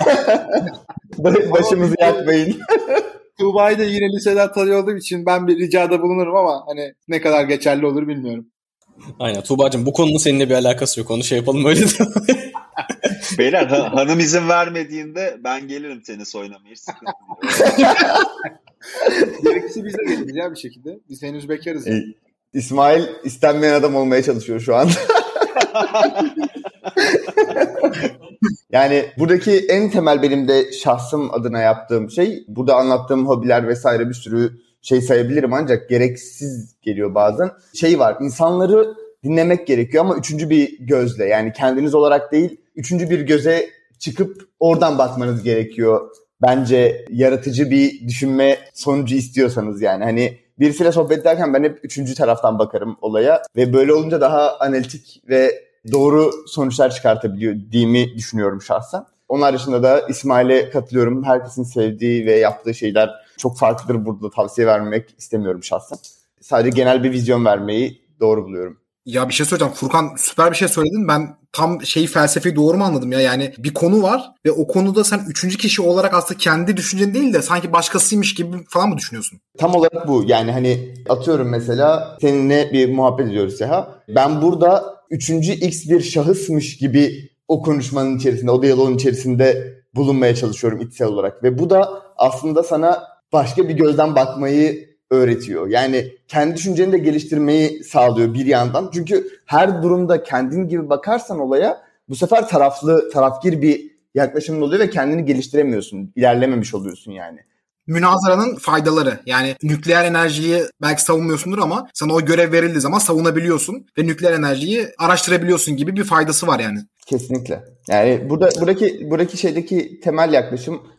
Başımızı yakmayın. Tuğba'yı da yine liseden tanıyor olduğum için ben bir ricada bulunurum ama hani ne kadar geçerli olur bilmiyorum. Aynen Tuğba'cığım bu konunun seninle bir alakası yok. Onu şey yapalım öyle de. Beyler hanım izin vermediğinde ben gelirim tenis oynamaya. Hiç sıkıntı yok. Gerekirse biz de geliriz ya bir şekilde. Biz henüz bekarız. İsmail istenmeyen adam olmaya çalışıyor şu an. Yani buradaki en temel benim de şahsım adına yaptığım şey, burada anlattığım hobiler vesaire bir sürü şey sayabilirim ancak gereksiz geliyor bazen. Şey var, insanları dinlemek gerekiyor ama üçüncü bir gözle, yani kendiniz olarak değil, üçüncü bir göze çıkıp oradan bakmanız gerekiyor. Bence yaratıcı bir düşünme sonucu istiyorsanız yani. Hani birisiyle sohbet ederken ben hep üçüncü taraftan bakarım olaya ve böyle olunca daha analitik ve doğru sonuçlar çıkartabiliyor diye düşünüyorum şahsen. Onun dışında da İsmail'e katılıyorum. Herkesin sevdiği ve yaptığı şeyler çok farklıdır. Burada tavsiye vermek istemiyorum şahsen. Sadece genel bir vizyon vermeyi doğru buluyorum. Ya bir şey söyleyeceğim. Furkan süper bir şey söyledin. Ben tam felsefeyi doğru mu anladım ya? Yani bir konu var ve o konuda sen üçüncü kişi olarak aslında kendi düşüncen değil de sanki başkasıymış gibi falan mı düşünüyorsun? Tam olarak bu. Yani hani atıyorum mesela seninle bir muhabbet ediyoruz Seha. Ben burada üçüncü X bir şahısmış gibi o konuşmanın içerisinde, o diyaloğun içerisinde bulunmaya çalışıyorum içsel olarak. Ve bu da aslında sana başka bir gözden bakmayı öğretiyor. Yani kendi düşünceni de geliştirmeyi sağlıyor bir yandan. Çünkü her durumda kendin gibi bakarsan olaya bu sefer tarafgir bir yaklaşımın oluyor ve kendini geliştiremiyorsun. İlerlememiş oluyorsun yani. Münazaranın faydaları. Yani nükleer enerjiyi belki savunmuyorsundur ama sana o görev verildiği zaman savunabiliyorsun ve nükleer enerjiyi araştırabiliyorsun gibi bir faydası var yani. Kesinlikle. Yani buradaki şeydeki temel yaklaşım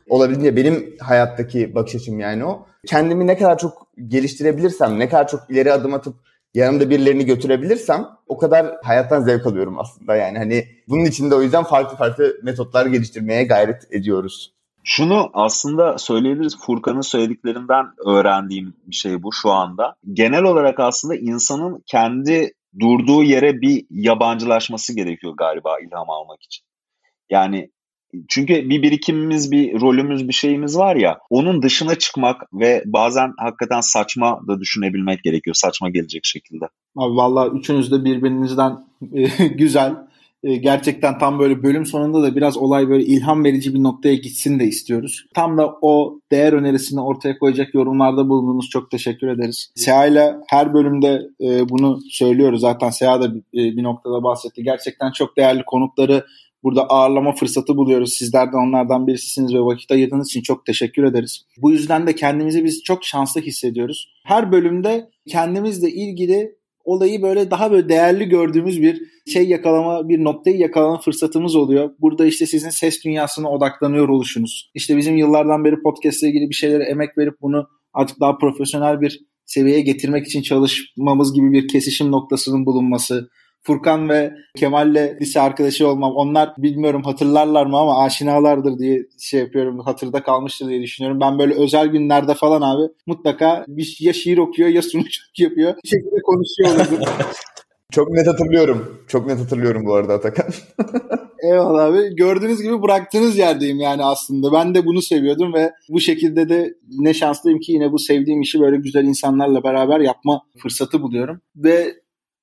olabildiğince benim hayattaki bakış açım yani o. Kendimi ne kadar çok geliştirebilirsem, ne kadar çok ileri adım atıp yanımda birilerini götürebilirsem o kadar hayattan zevk alıyorum aslında. Yani hani bunun için de o yüzden farklı farklı metotlar geliştirmeye gayret ediyoruz. Şunu aslında söyleyebiliriz. Furkan'ın söylediklerinden öğrendiğim bir şey bu şu anda. Genel olarak aslında insanın kendi durduğu yere bir yabancılaşması gerekiyor galiba ilham almak için. Yani çünkü bir birikimimiz, bir rolümüz, bir şeyimiz var ya, onun dışına çıkmak ve bazen hakikaten saçma da düşünebilmek gerekiyor. Saçma gelecek şekilde. Abi vallahi üçünüz de birbirinizden güzel. Gerçekten tam böyle bölüm sonunda da biraz olay böyle ilham verici bir noktaya gitsin de istiyoruz. Tam da o değer önerisini ortaya koyacak yorumlarda bulunduğunuz çok teşekkür ederiz. Seha ile her bölümde bunu söylüyoruz. Zaten Seha da bir noktada bahsetti. Gerçekten çok değerli konukları burada ağırlama fırsatı buluyoruz. Sizler de onlardan birisisiniz ve vakit ayırdığınız için çok teşekkür ederiz. Bu yüzden de kendimizi biz çok şanslı hissediyoruz. Her bölümde kendimizle ilgili olayı böyle daha böyle değerli gördüğümüz bir şey yakalama, bir noktayı yakalama fırsatımız oluyor. Burada işte sizin ses dünyasına odaklanıyor oluşunuz. İşte bizim yıllardan beri podcast ile ilgili bir şeylere emek verip bunu artık daha profesyonel bir seviyeye getirmek için çalışmamız gibi bir kesişim noktasının bulunması. Furkan ve Kemal'le lise arkadaşı olmam. Onlar bilmiyorum hatırlarlar mı ama aşinalardır diye şey yapıyorum. Hatırda kalmıştır diye düşünüyorum. Ben böyle özel günlerde falan abi mutlaka ya şiir okuyor ya sunuculuk yapıyor. Bir şekilde konuşuyor olurdum. Çok net hatırlıyorum. Çok net hatırlıyorum bu arada Atakan. Eyvallah abi. Gördüğünüz gibi bıraktığınız yerdeyim yani aslında. Ben de bunu seviyordum ve bu şekilde de ne şanslıyım ki yine bu sevdiğim işi böyle güzel insanlarla beraber yapma fırsatı buluyorum. Ve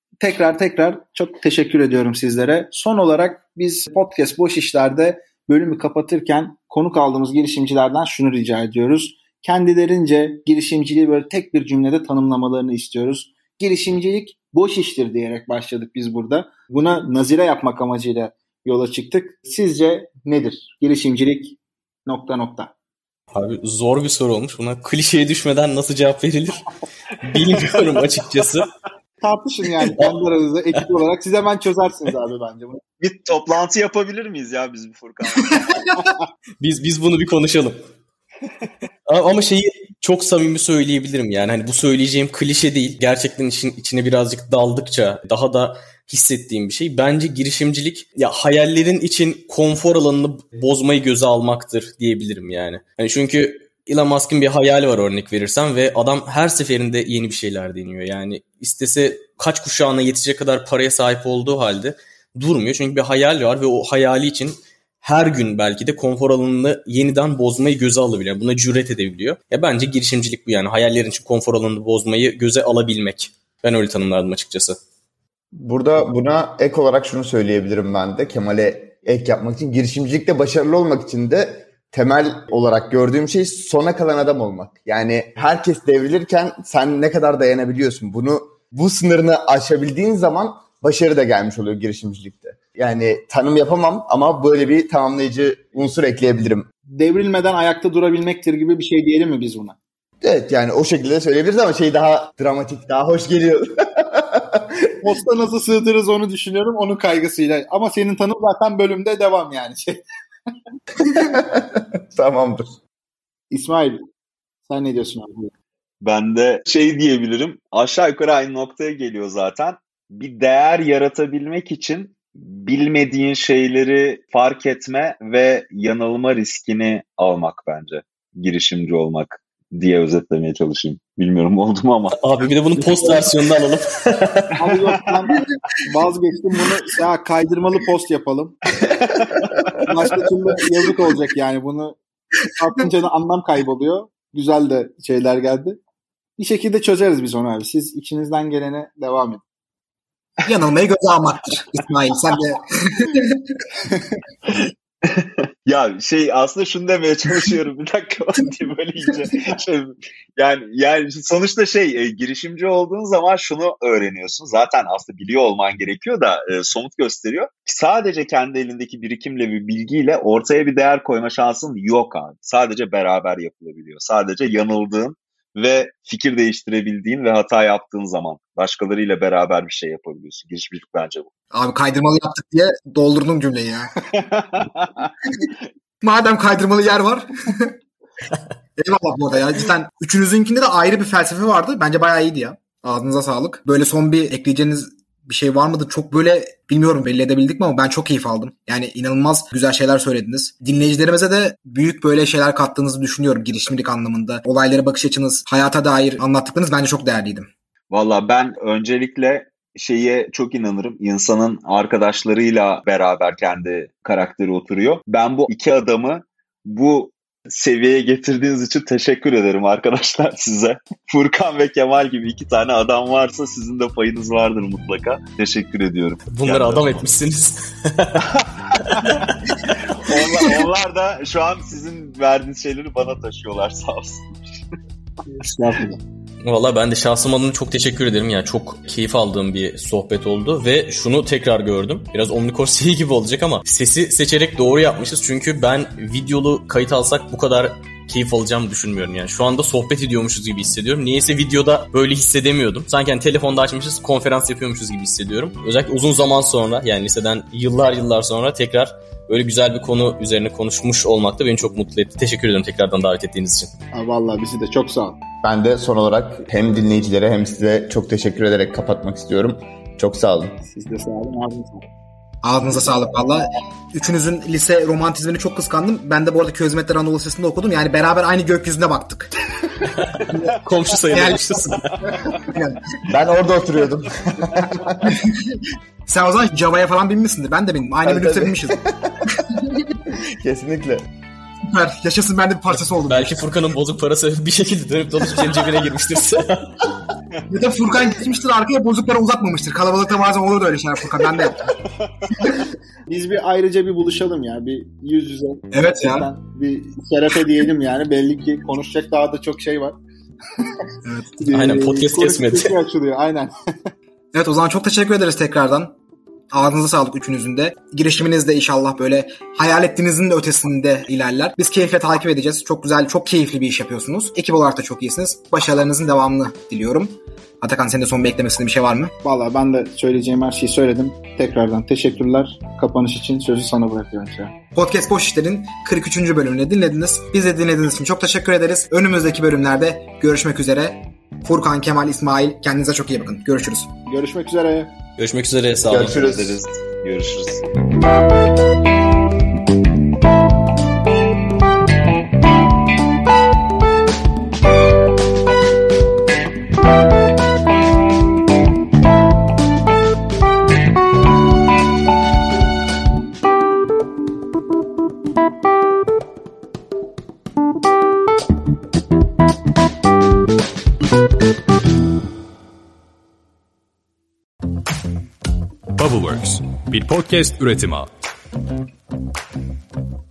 tekrar çok teşekkür ediyorum sizlere. Son olarak biz Podcast Boş İşler'de bölümü kapatırken konuk aldığımız girişimcilerden şunu rica ediyoruz. Kendilerince girişimciliği böyle tek bir cümlede tanımlamalarını istiyoruz. Girişimcilik boş iştir diyerek başladık biz burada. Buna nazire yapmak amacıyla yola çıktık. Sizce nedir? Girişimcilik ... Abi zor bir soru olmuş. Buna klişeye düşmeden nasıl cevap verilir bilmiyorum açıkçası. Tartışın yani kendi aranızda ekip olarak. Siz hemen çözersiniz abi bence bunu. Bir toplantı yapabilir miyiz ya biz bu Furkan? Biz bunu bir konuşalım. Ama şeyi çok samimi söyleyebilirim yani. Hani bu söyleyeceğim klişe değil. Gerçekten işin içine birazcık daldıkça daha da hissettiğim bir şey. Bence girişimcilik ya hayallerin için konfor alanını bozmayı göze almaktır diyebilirim yani. Hani çünkü Elon Musk'ın bir hayali var örnek verirsem ve adam her seferinde yeni bir şeyler deniyor. Yani istese kaç kuşağına yetecek kadar paraya sahip olduğu halde durmuyor. Çünkü bir hayal var ve o hayali için her gün belki de konfor alanını yeniden bozmayı göze alabiliyor. Buna cüret edebiliyor. Ya bence girişimcilik bu yani. Hayallerin için konfor alanını bozmayı göze alabilmek. Ben öyle tanımlardım açıkçası. Burada buna ek olarak şunu söyleyebilirim ben de. Kemal'e ek yapmak için. Girişimcilikte başarılı olmak için de temel olarak gördüğüm şey sona kalan adam olmak. Yani herkes devrilirken sen ne kadar dayanabiliyorsun? Bu sınırını aşabildiğin zaman başarı da gelmiş oluyor girişimcilikte. Yani tanım yapamam ama böyle bir tamamlayıcı unsur ekleyebilirim. Devrilmeden ayakta durabilmektir gibi bir şey diyelim mi biz buna? Evet yani o şekilde de söyleyebiliriz ama şey daha dramatik, daha hoş geliyor. Posta nasıl sığdırırız onu düşünüyorum onun kaygısıyla. Ama senin tanım zaten bölümde devam yani. Tamamdır. İsmail sen ne diyorsun abi? Ben de şey diyebilirim. Aşağı yukarı aynı noktaya geliyor zaten. Bir değer yaratabilmek için bilmediğin şeyleri fark etme ve yanılma riskini almak bence. Girişimci olmak diye özetlemeye çalışayım. Bilmiyorum oldu mu ama. Abi bir de bunun post versiyonunu alalım. Abi yok ben vazgeçtim bunu ya kaydırmalı post yapalım. Başka türlü yazık olacak yani bunu atınca da anlam kayboluyor. Güzel de şeyler geldi. Bir şekilde çözeriz biz onu abi. Siz içinizden gelene devam edin. Yanılmayı göze almaktır İsmail. Sen de Ya aslında şunu demeye çalışıyorum bir dakika diye böyle iyice yani sonuçta girişimci olduğun zaman şunu öğreniyorsun. Zaten aslında biliyor olman gerekiyor da somut gösteriyor. Sadece kendi elindeki birikimle bir bilgiyle ortaya bir değer koyma şansın yok abi. Sadece beraber yapılabiliyor. Sadece yanıldığın ve fikir değiştirebildiğin ve hata yaptığın zaman başkalarıyla beraber bir şey yapabiliyorsun. Girişimcilik bence bu. abi kaydırmalı yaptık diye doldurdum cümleyi ya. Madem kaydırmalı yer var. Eyvallah bu arada ya. Cidden üçünüzünkinde de ayrı bir felsefe vardı. Bence bayağı iyiydi ya. Ağzınıza sağlık. Böyle son bir ekleyeceğiniz bir şey var mıdır? Çok böyle bilmiyorum belli edebildik mi ama ben çok keyif aldım. Yani inanılmaz güzel şeyler söylediniz. Dinleyicilerimize de büyük böyle şeyler kattığınızı düşünüyorum girişimcilik anlamında. Olaylara bakış açınız, hayata dair anlattıklarınız bence çok değerliydi. Valla ben öncelikle şeye çok inanırım. İnsanın arkadaşlarıyla beraber kendi karakteri oturuyor. Ben bu iki adamı bu seviyeye getirdiğiniz için teşekkür ederim arkadaşlar size. Furkan ve Kemal gibi iki tane adam varsa sizin de payınız vardır mutlaka. Teşekkür ediyorum. Bunları adam etmişsiniz. onlar da şu an sizin verdiğiniz şeyleri bana taşıyorlar sağ olsun. Valla ben de şahsım adına çok teşekkür ederim. Yani çok keyif aldığım bir sohbet oldu ve şunu tekrar gördüm. Biraz Omnicourse gibi olacak ama sesi seçerek doğru yapmışız. Çünkü ben videolu kayıt alsak bu kadar keyif alacağımı düşünmüyorum. Yani şu anda sohbet ediyormuşuz gibi hissediyorum. Niyeyse videoda böyle hissedemiyordum. Sanki hani telefonda açmışız, konferans yapıyormuşuz gibi hissediyorum. Özellikle uzun zaman sonra, yani liseden yıllar sonra tekrar böyle güzel bir konu üzerine konuşmuş olmak da beni çok mutlu etti. Teşekkür ederim tekrardan davet ettiğiniz için. Vallahi bizi de çok sağ ol. Ben de son olarak hem dinleyicilere hem size çok teşekkür ederek kapatmak istiyorum. Çok sağ olun. Siz de sağ olun. Ağzınıza sağlık valla. Üçünüzün lise romantizmini çok kıskandım. Ben de bu arada Köy Hizmetleri Anadolu Lisesi'nde okudum. Yani beraber aynı gökyüzüne baktık. Komşu sayılmıştısın. Ben orada oturuyordum. Sen o zaman Java'ya falan binmişsindir. Ben de bindim. Aynı minibüse binmişiz. Kesinlikle. Süper. Yaşasın, ben de bir parçası oldum. Belki Furkan'ın bozuk parası bir şekilde dönüp dolaşıp senin cebine girmiştir. Ya da Furkan gitmiştir arkaya, bozuk para uzatmamıştır. Kalabalıkta bazen olur da öyle şeyler Furkan. Ben de yaptım. Biz bir ayrıca bir buluşalım ya. Bir yüz yüze. Evet ya. Bir şerefe diyelim yani. Belli ki konuşacak daha da çok şey var. Evet. Aynen, podcast kesmedi. Açılıyor. Aynen. Evet, o zaman çok teşekkür ederiz tekrardan. Ağzınıza sağlık üçünüzün de. Girişiminiz de inşallah böyle hayal ettiğinizin de ötesinde ilerler. Biz keyifle takip edeceğiz. Çok güzel, çok keyifli bir iş yapıyorsunuz. Ekip olarak da çok iyisiniz. Başarılarınızın devamını diliyorum. Atakan, senin de son bir eklemesinde bir şey var mı? Vallahi ben de söyleyeceğim her şeyi söyledim. Tekrardan teşekkürler. Kapanış için sözü sana bırakıyorum. Podcast Boş İşler'in 43. bölümünü dinlediniz. Bizi dinlediğiniz için çok teşekkür ederiz. Önümüzdeki bölümlerde görüşmek üzere. Furkan, Kemal, İsmail, kendinize çok iyi bakın. Görüşürüz. Görüşmek üzere. Görüşmek üzere. Sağ olun. Görüşürüz. Görüşürüz. Bubbleworks, bir podcast üretimi.